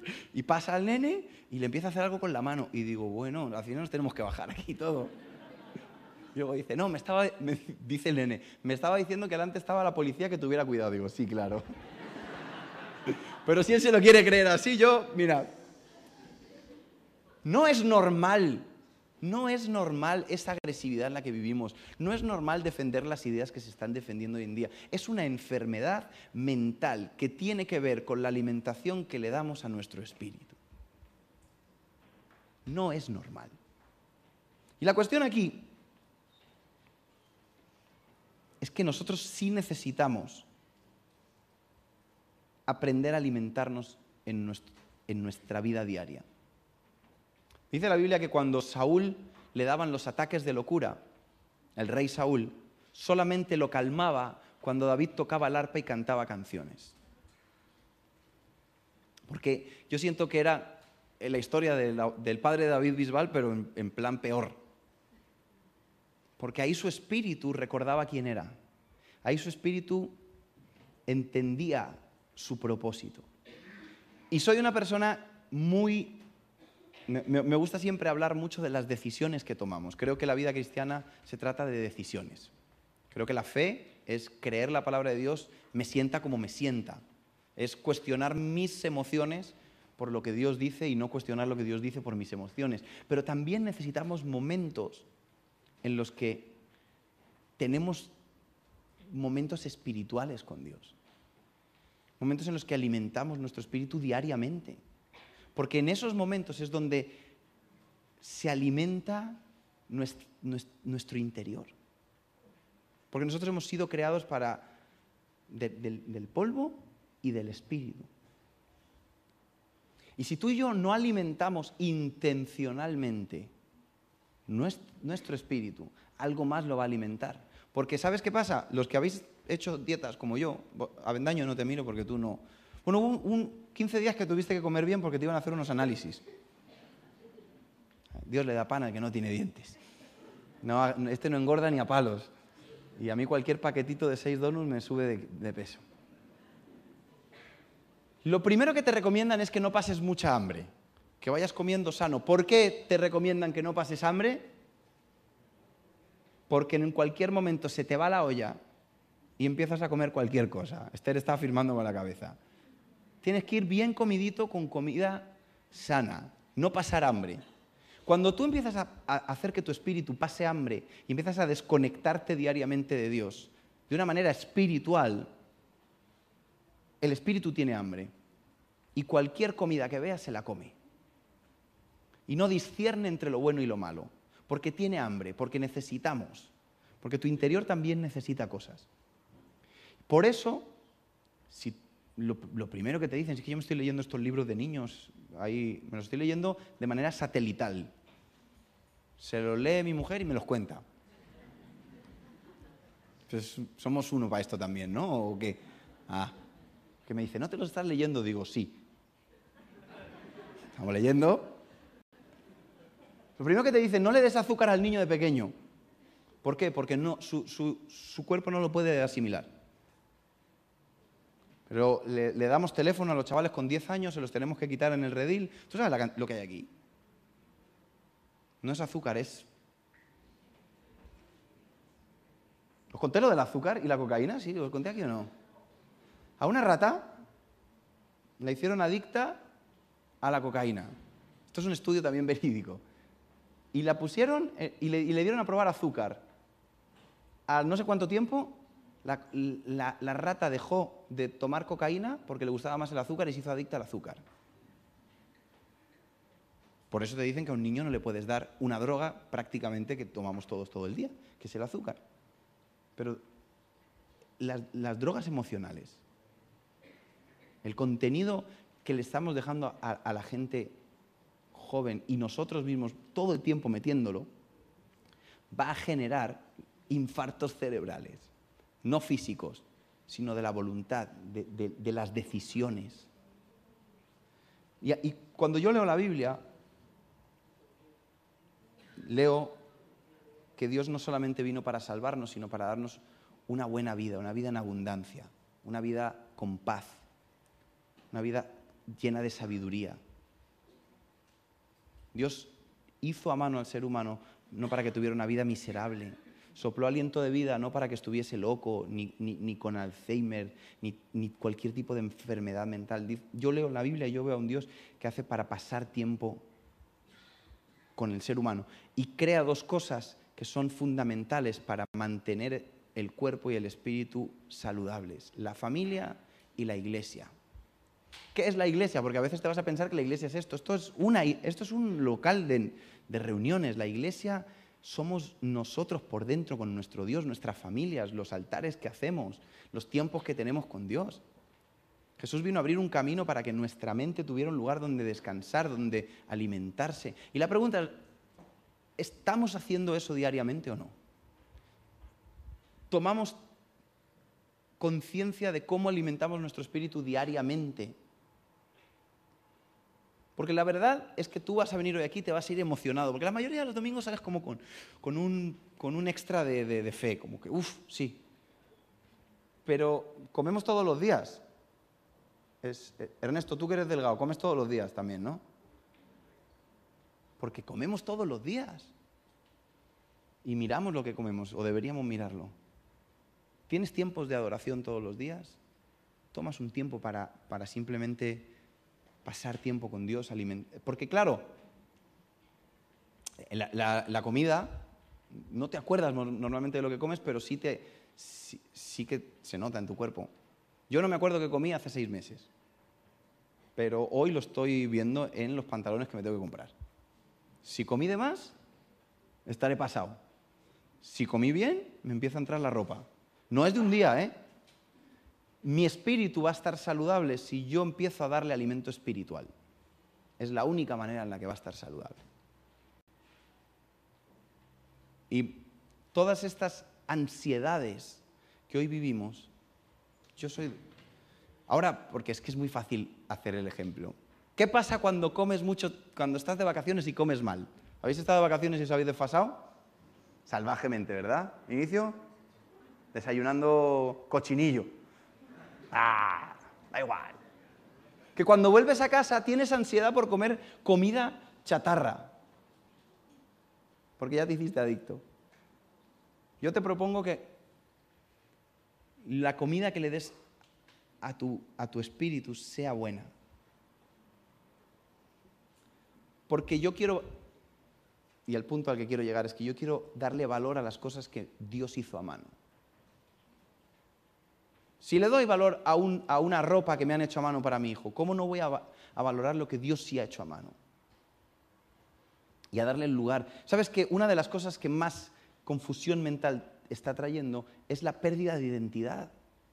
A: Y pasa al nene y le empieza a hacer algo con la mano. Y digo, bueno, al final nos tenemos que bajar aquí todo. Y luego dice, no, me estaba, me, dice el nene, me estaba diciendo que delante estaba la policía, que tuviera cuidado. Digo, sí, claro. Pero si él se lo quiere creer así, yo, mira, no es normal, no es normal esa agresividad en la que vivimos, no es normal defender las ideas que se están defendiendo hoy en día. Es una enfermedad mental que tiene que ver con la alimentación que le damos a nuestro espíritu. No es normal. Y la cuestión aquí es que nosotros sí necesitamos aprender a alimentarnos en, nuestro, en nuestra vida diaria. Dice la Biblia que cuando Saúl le daban los ataques de locura, el rey Saúl solamente lo calmaba cuando David tocaba el arpa y cantaba canciones. Porque yo siento que era la historia de la, del padre de David Bisbal, pero en, en plan peor. Porque ahí su espíritu recordaba quién era. Ahí su espíritu entendía su propósito. Y soy una persona muy... Me, me gusta siempre hablar mucho de las decisiones que tomamos. Creo que la vida cristiana se trata de decisiones. Creo que la fe es creer la palabra de Dios, me sienta como me sienta. Es cuestionar mis emociones por lo que Dios dice y no cuestionar lo que Dios dice por mis emociones. Pero también necesitamos momentos en los que tenemos momentos espirituales con Dios. Momentos en los que alimentamos nuestro espíritu diariamente. Porque en esos momentos es donde se alimenta nuestro, nuestro interior. Porque nosotros hemos sido creados para de, del, del polvo y del espíritu. Y si tú y yo no alimentamos intencionalmente nuestro, nuestro espíritu, algo más lo va a alimentar. Porque ¿sabes qué pasa? Los que habéis hecho dietas como yo, Avendaño no te miro porque tú no... Bueno, hubo un, un quince días que tuviste que comer bien porque te iban a hacer unos análisis. Dios le da pan al que no tiene dientes. No, este no engorda ni a palos. Y a mí cualquier paquetito de seis donuts me sube de, de peso. Lo primero que te recomiendan es que no pases mucha hambre, que vayas comiendo sano. ¿Por qué te recomiendan que no pases hambre? Porque en cualquier momento se te va la olla y empiezas a comer cualquier cosa. Esther está afirmando con la cabeza. Tienes que ir bien comidito con comida sana, no pasar hambre. Cuando tú empiezas a, a hacer que tu espíritu pase hambre y empiezas a desconectarte diariamente de Dios de una manera espiritual, el espíritu tiene hambre y cualquier comida que vea se la come. Y no discierne entre lo bueno y lo malo, porque tiene hambre, porque necesitamos, porque tu interior también necesita cosas. Por eso, si lo, lo primero que te dicen es que yo me estoy leyendo estos libros de niños, ahí me los estoy leyendo de manera satelital. Se los lee mi mujer y me los cuenta. Pues somos uno para esto también, ¿no? ¿O qué? Ah, que me dice, ¿no te los estás leyendo? Digo, sí. Estamos leyendo. Lo primero que te dicen, no le des azúcar al niño de pequeño. ¿Por qué? Porque no, su, su, su cuerpo no lo puede asimilar. Pero le, le damos teléfono a los chavales con diez años, se los tenemos que quitar en el redil. ¿Tú sabes la, lo que hay aquí? No es azúcar, es... ¿Os conté lo del azúcar y la cocaína? ¿Sí? ¿Os conté aquí o no? A una rata la hicieron adicta a la cocaína. Esto es un estudio también verídico. Y la pusieron eh, y, le, y le dieron a probar azúcar. A no sé cuánto tiempo, la, la, la rata dejó de tomar cocaína porque le gustaba más el azúcar y se hizo adicta al azúcar. Por eso te dicen que a un niño no le puedes dar una droga prácticamente que tomamos todos todo el día, que es el azúcar. Pero las, las drogas emocionales, el contenido que le estamos dejando a, a la gente joven y nosotros mismos todo el tiempo metiéndolo, va a generar infartos cerebrales, no físicos, sino de la voluntad, de, de, de las decisiones. Y, y cuando yo leo la Biblia, leo que Dios no solamente vino para salvarnos, sino para darnos una buena vida, una vida en abundancia, una vida con paz, una vida llena de sabiduría. Dios hizo a mano al ser humano no para que tuviera una vida miserable. Sopló aliento de vida no para que estuviese loco, ni, ni, ni con Alzheimer, ni, ni cualquier tipo de enfermedad mental. Yo leo la Biblia y yo veo a un Dios que hace para pasar tiempo con el ser humano. Y crea dos cosas que son fundamentales para mantener el cuerpo y el espíritu saludables. La familia y la iglesia. ¿Qué es la iglesia? Porque a veces te vas a pensar que la iglesia es esto. Esto es, una, esto es un local de, de reuniones. La iglesia somos nosotros por dentro con nuestro Dios, nuestras familias, los altares que hacemos, los tiempos que tenemos con Dios. Jesús vino a abrir un camino para que nuestra mente tuviera un lugar donde descansar, donde alimentarse. Y la pregunta es, ¿estamos haciendo eso diariamente o no? ¿Tomamos conciencia de cómo alimentamos nuestro espíritu diariamente? Porque la verdad es que tú vas a venir hoy aquí y te vas a ir emocionado, porque la mayoría de los domingos sales como con, con, un, con un extra de, de, de fe, como que, uff, sí. Pero comemos todos los días. Es, eh, Ernesto, tú que eres delgado, comes todos los días también, ¿no? Porque comemos todos los días. Y miramos lo que comemos, o deberíamos mirarlo. ¿Tienes tiempos de adoración todos los días? ¿Tomas un tiempo para, para simplemente pasar tiempo con Dios? Alimentar? Porque claro, la, la, la comida, no te acuerdas normalmente de lo que comes, pero sí, te, sí, sí que se nota en tu cuerpo. Yo no me acuerdo que comí hace seis meses, pero hoy lo estoy viendo en los pantalones que me tengo que comprar. Si comí de más, estaré pasado. Si comí bien, me empieza a entrar la ropa. No es de un día, ¿eh? Mi espíritu va a estar saludable si yo empiezo a darle alimento espiritual. Es la única manera en la que va a estar saludable. Y todas estas ansiedades que hoy vivimos, yo soy... Ahora, porque es que es muy fácil hacer el ejemplo. ¿Qué pasa cuando comes mucho, cuando estás de vacaciones y comes mal? ¿Habéis estado de vacaciones y os habéis desfasado? Salvajemente, ¿verdad? Inicio, desayunando cochinillo. Ah, da igual. Que cuando vuelves a casa tienes ansiedad por comer comida chatarra. Porque ya te hiciste adicto. Yo te propongo que la comida que le des a tu, a tu espíritu sea buena. Porque yo quiero, y el punto al que quiero llegar es que yo quiero darle valor a las cosas que Dios hizo a mano. Si le doy valor a, un, a una ropa que me han hecho a mano para mi hijo, ¿cómo no voy a, a valorar lo que Dios sí ha hecho a mano? Y a darle el lugar. ¿Sabes que una de las cosas que más confusión mental está trayendo es la pérdida de identidad?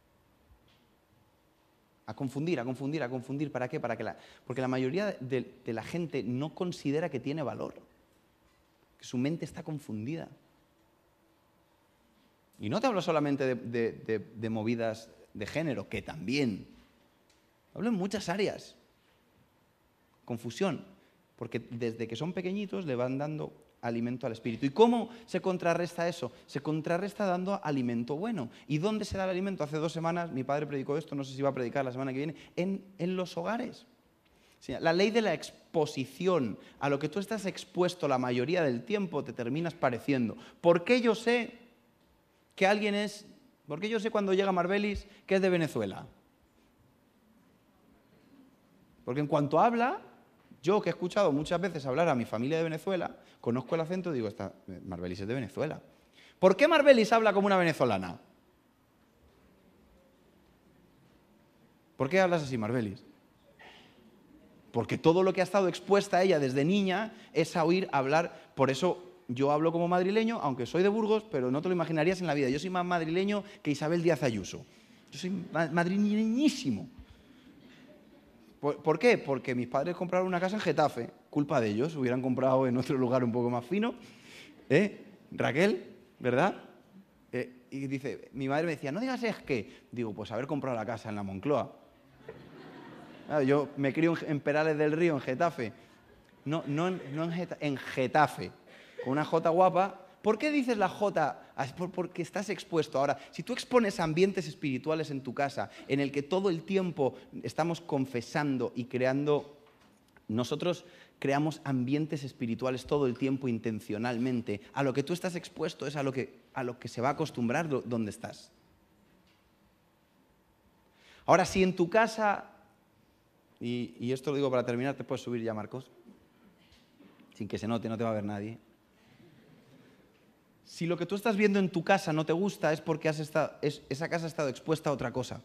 A: A confundir, a confundir, a confundir. ¿Para qué? Para que la, porque la mayoría de, de la gente no considera que tiene valor. Que su mente está confundida. Y no te hablo solamente de, de, de, de movidas de género, que también. Hablo en muchas áreas. Confusión. Porque desde que son pequeñitos le van dando alimento al espíritu. ¿Y cómo se contrarresta eso? Se contrarresta dando alimento bueno. ¿Y dónde se da el alimento? Hace dos semanas mi padre predicó esto, no sé si va a predicar la semana que viene, en, en los hogares. Sí, la ley de la exposición. A lo que tú estás expuesto la mayoría del tiempo te terminas pareciendo. ¿Por qué yo sé que alguien es... ¿Por qué yo sé cuando llega Marbelis que es de Venezuela? Porque en cuanto habla... Yo, que he escuchado muchas veces hablar a mi familia de Venezuela, conozco el acento y digo, esta, Marbelis es de Venezuela. ¿Por qué Marbelis habla como una venezolana? ¿Por qué hablas así, Marbelis? Porque todo lo que ha estado expuesta a ella desde niña es a oír hablar. Por eso yo hablo como madrileño, aunque soy de Burgos, pero no te lo imaginarías en la vida. Yo soy más madrileño que Isabel Díaz Ayuso. Yo soy madrileñísimo. ¿Por qué? Porque mis padres compraron una casa en Getafe, culpa de ellos, hubieran comprado en otro lugar un poco más fino. ¿Eh? Raquel, ¿verdad? Eh, y dice, mi madre me decía, no digas es que, digo, pues haber comprado la casa en la Moncloa. Claro, yo me crío en Perales del Río, en Getafe. No, no, en, no en, Getafe, en Getafe, con una J guapa, ¿Por qué dices la J? Porque estás expuesto. Ahora, si tú expones ambientes espirituales en tu casa, en el que todo el tiempo estamos confesando y creando, nosotros creamos ambientes espirituales todo el tiempo intencionalmente, a lo que tú estás expuesto es a lo que, a lo que se va a acostumbrar donde estás. Ahora, si en tu casa, y, y esto lo digo para terminar, te puedes subir ya, Marcos, sin que se note, no te va a ver nadie. Si lo que tú estás viendo en tu casa no te gusta, es porque has estado, es, esa casa ha estado expuesta a otra cosa.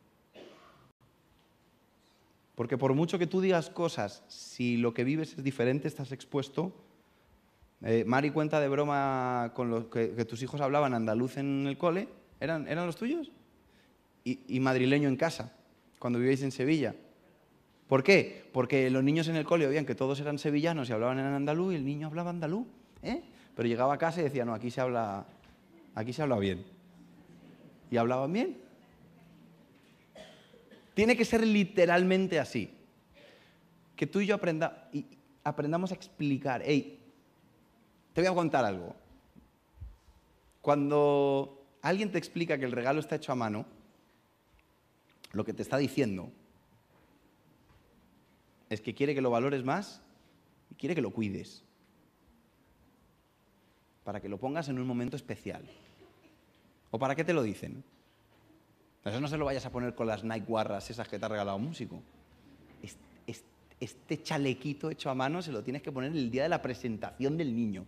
A: Porque por mucho que tú digas cosas, si lo que vives es diferente, estás expuesto. Eh, Mari cuenta de broma con lo que, que tus hijos hablaban andaluz en el cole. ¿Eran, eran los tuyos? Y, y madrileño en casa, cuando vivíais en Sevilla. ¿Por qué? Porque los niños en el cole oían que todos eran sevillanos y hablaban en andaluz y el niño hablaba andaluz, ¿eh? Pero llegaba a casa y decía, no, aquí se habla, aquí se habla bien. Y hablaban bien. Tiene que ser literalmente así. Que tú y yo aprenda, y aprendamos a explicar. Hey, te voy a contar algo. Cuando alguien te explica que el regalo está hecho a mano, lo que te está diciendo es que quiere que lo valores más y quiere que lo cuides. Para que lo pongas en un momento especial. ¿O para qué te lo dicen? Eso no se lo vayas a poner con las Nike guarras esas que te ha regalado un músico. Este, este chalequito hecho a mano se lo tienes que poner el día de la presentación del niño.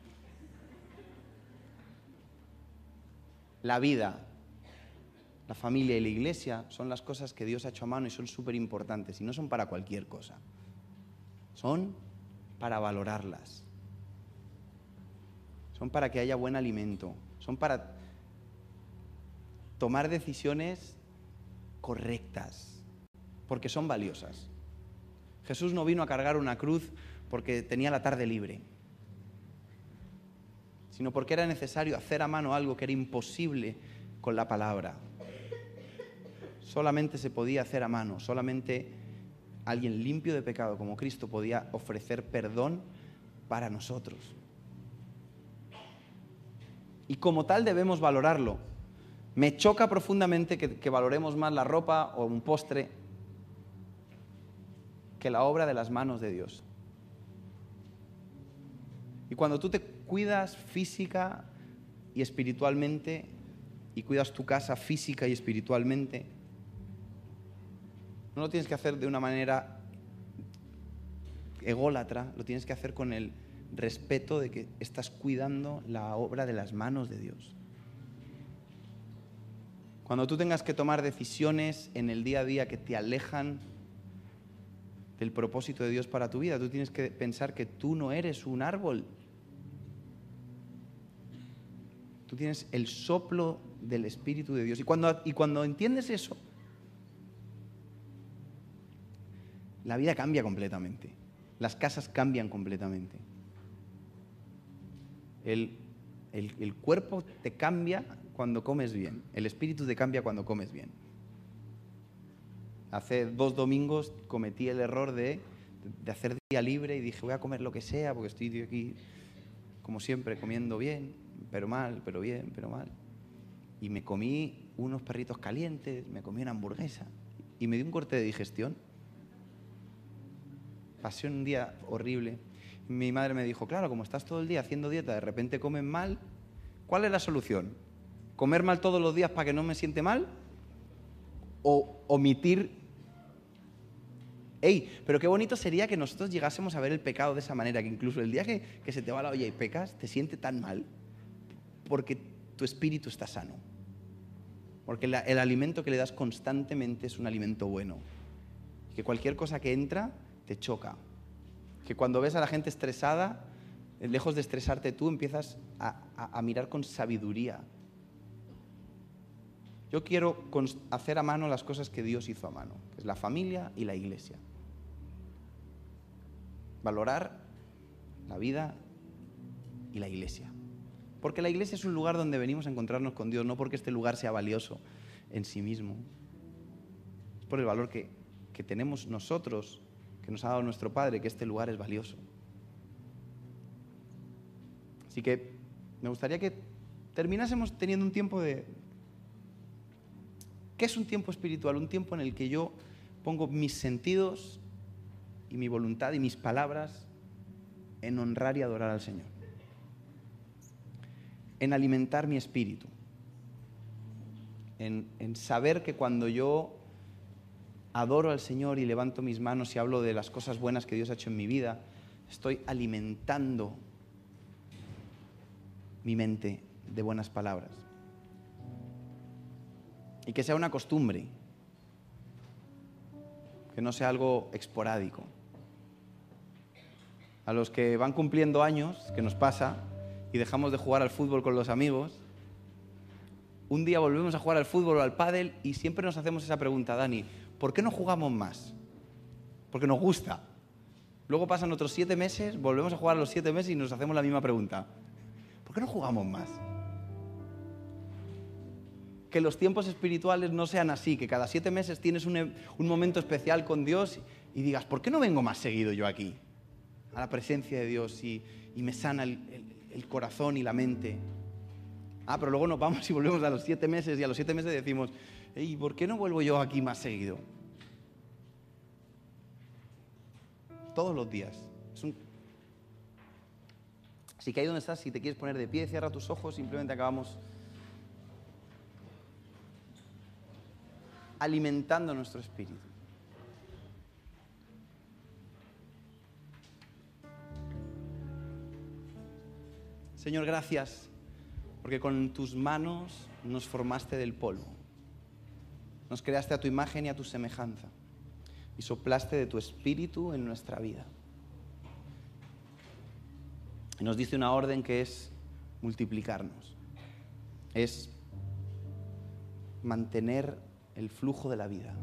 A: La vida, la familia y la iglesia son las cosas que Dios ha hecho a mano y son súper importantes. Y no son para cualquier cosa. Son para valorarlas. Son para que haya buen alimento. Son para tomar decisiones correctas, porque son valiosas. Jesús no vino a cargar una cruz porque tenía la tarde libre, sino porque era necesario hacer a mano algo que era imposible con la palabra. Solamente se podía hacer a mano, solamente alguien limpio de pecado como Cristo podía ofrecer perdón para nosotros. Y como tal debemos valorarlo. Me choca profundamente que, que valoremos más la ropa o un postre que la obra de las manos de Dios. Y cuando tú te cuidas física y espiritualmente y cuidas tu casa física y espiritualmente, no lo tienes que hacer de una manera ególatra, lo tienes que hacer con el respeto de que estás cuidando la obra de las manos de Dios. Cuando tú tengas que tomar decisiones en el día a día que te alejan del propósito de Dios para tu vida, tú tienes que pensar que tú no eres un árbol. Tú tienes el soplo del Espíritu de Dios. Y cuando, y cuando entiendes eso, la vida cambia completamente. Las casas cambian completamente. El, el, el cuerpo te cambia cuando comes bien. El espíritu te cambia cuando comes bien. Hace dos domingos cometí el error de, de hacer día libre y dije, voy a comer lo que sea porque estoy aquí, como siempre, comiendo bien, pero mal, pero bien, pero mal. Y me comí unos perritos calientes, me comí una hamburguesa y me dio un corte de digestión. Pasé un día horrible. Mi madre me dijo, claro, como estás todo el día haciendo dieta, de repente comes mal, ¿cuál es la solución? ¿Comer mal todos los días para que no me siente mal? ¿O omitir? ¡Ey! Pero qué bonito sería que nosotros llegásemos a ver el pecado de esa manera, que incluso el día que, que se te va la olla y pecas, te siente tan mal porque tu espíritu está sano. Porque la, el alimento que le das constantemente es un alimento bueno. Que cualquier cosa que entra te choca. Que cuando ves a la gente estresada, lejos de estresarte tú, empiezas a, a, a mirar con sabiduría. Yo quiero hacer a mano las cosas que Dios hizo a mano, que es la familia y la iglesia. Valorar la vida y la iglesia. Porque la iglesia es un lugar donde venimos a encontrarnos con Dios, no porque este lugar sea valioso en sí mismo. Es por el valor que, que tenemos nosotros, que nos ha dado nuestro Padre, que este lugar es valioso. Así que me gustaría que terminásemos teniendo un tiempo de... ¿Qué es un tiempo espiritual? Un tiempo en el que yo pongo mis sentidos y mi voluntad y mis palabras en honrar y adorar al Señor, en alimentar mi espíritu, en, en saber que cuando yo adoro al Señor y levanto mis manos y hablo de las cosas buenas que Dios ha hecho en mi vida, estoy alimentando mi mente de buenas palabras. Y que sea una costumbre, que no sea algo esporádico. A los que van cumpliendo años, que nos pasa, y dejamos de jugar al fútbol con los amigos, un día volvemos a jugar al fútbol o al pádel y siempre nos hacemos esa pregunta, Dani, ¿por qué no jugamos más? Porque nos gusta. Luego pasan otros siete meses, volvemos a jugar a los siete meses y nos hacemos la misma pregunta. ¿Por qué no jugamos más? Que los tiempos espirituales no sean así, que cada siete meses tienes un, un momento especial con Dios y digas, ¿por qué no vengo más seguido yo aquí? A la presencia de Dios y, y me sana el, el, el corazón y la mente. Ah, pero luego nos vamos y volvemos a los siete meses y a los siete meses decimos, ¿y por qué no vuelvo yo aquí más seguido? Todos los días. Es un... Así que ahí donde estás, si te quieres poner de pie, cierra tus ojos, simplemente acabamos alimentando nuestro espíritu. Señor, gracias, porque con tus manos nos formaste del polvo. Nos creaste a tu imagen y a tu semejanza. Y soplaste de tu espíritu en nuestra vida. Y nos dice una orden que es multiplicarnos. Es mantener el flujo de la vida.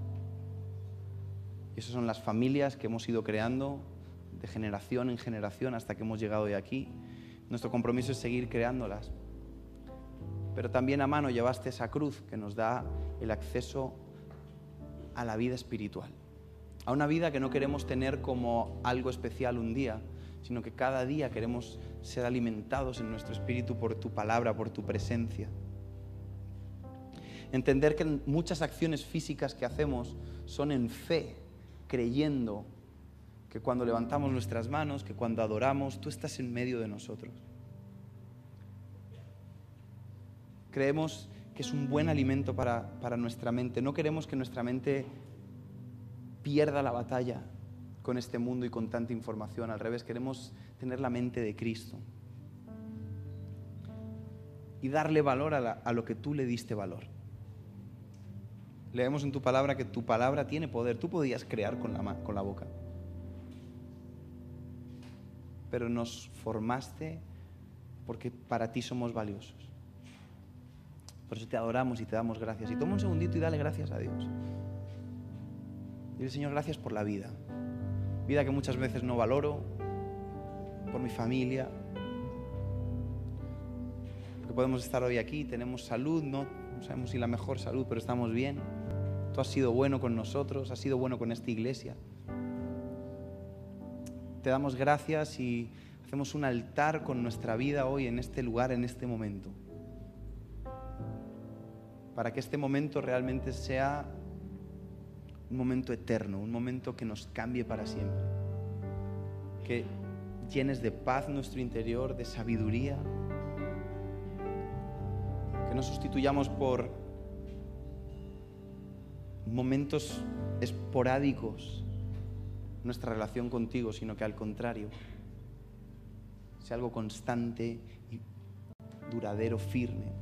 A: Y esas son las familias que hemos ido creando de generación en generación hasta que hemos llegado hoy aquí. Nuestro compromiso es seguir creándolas. Pero también a mano llevaste esa cruz que nos da el acceso a la vida espiritual. A una vida que no queremos tener como algo especial un día, sino que cada día queremos ser alimentados en nuestro espíritu por tu palabra, por tu presencia. Entender que muchas acciones físicas que hacemos son en fe, creyendo que cuando levantamos nuestras manos, que cuando adoramos, tú estás en medio de nosotros. Creemos que es un buen alimento para, para nuestra mente. No queremos que nuestra mente pierda la batalla con este mundo y con tanta información. Al revés, queremos tener la mente de Cristo y darle valor a, la, a lo que tú le diste valor. Leemos en tu palabra que tu palabra tiene poder. Tú podías crear con la, con la boca, pero nos formaste porque para ti somos valiosos. Por eso te adoramos y te damos gracias. Y toma un segundito y dale gracias a Dios. Dile, Señor, gracias por la vida. Vida que muchas veces no valoro, por mi familia. Porque podemos estar hoy aquí, tenemos salud, no, no sabemos si la mejor salud, pero estamos bien. Tú has sido bueno con nosotros, has sido bueno con esta iglesia. Te damos gracias y hacemos un altar con nuestra vida hoy en este lugar, en este momento. Para que este momento realmente sea un momento eterno, un momento que nos cambie para siempre. Que llenes de paz nuestro interior, de sabiduría. Que no sustituyamos por momentos esporádicos nuestra relación contigo, sino que al contrario, sea algo constante y duradero, firme.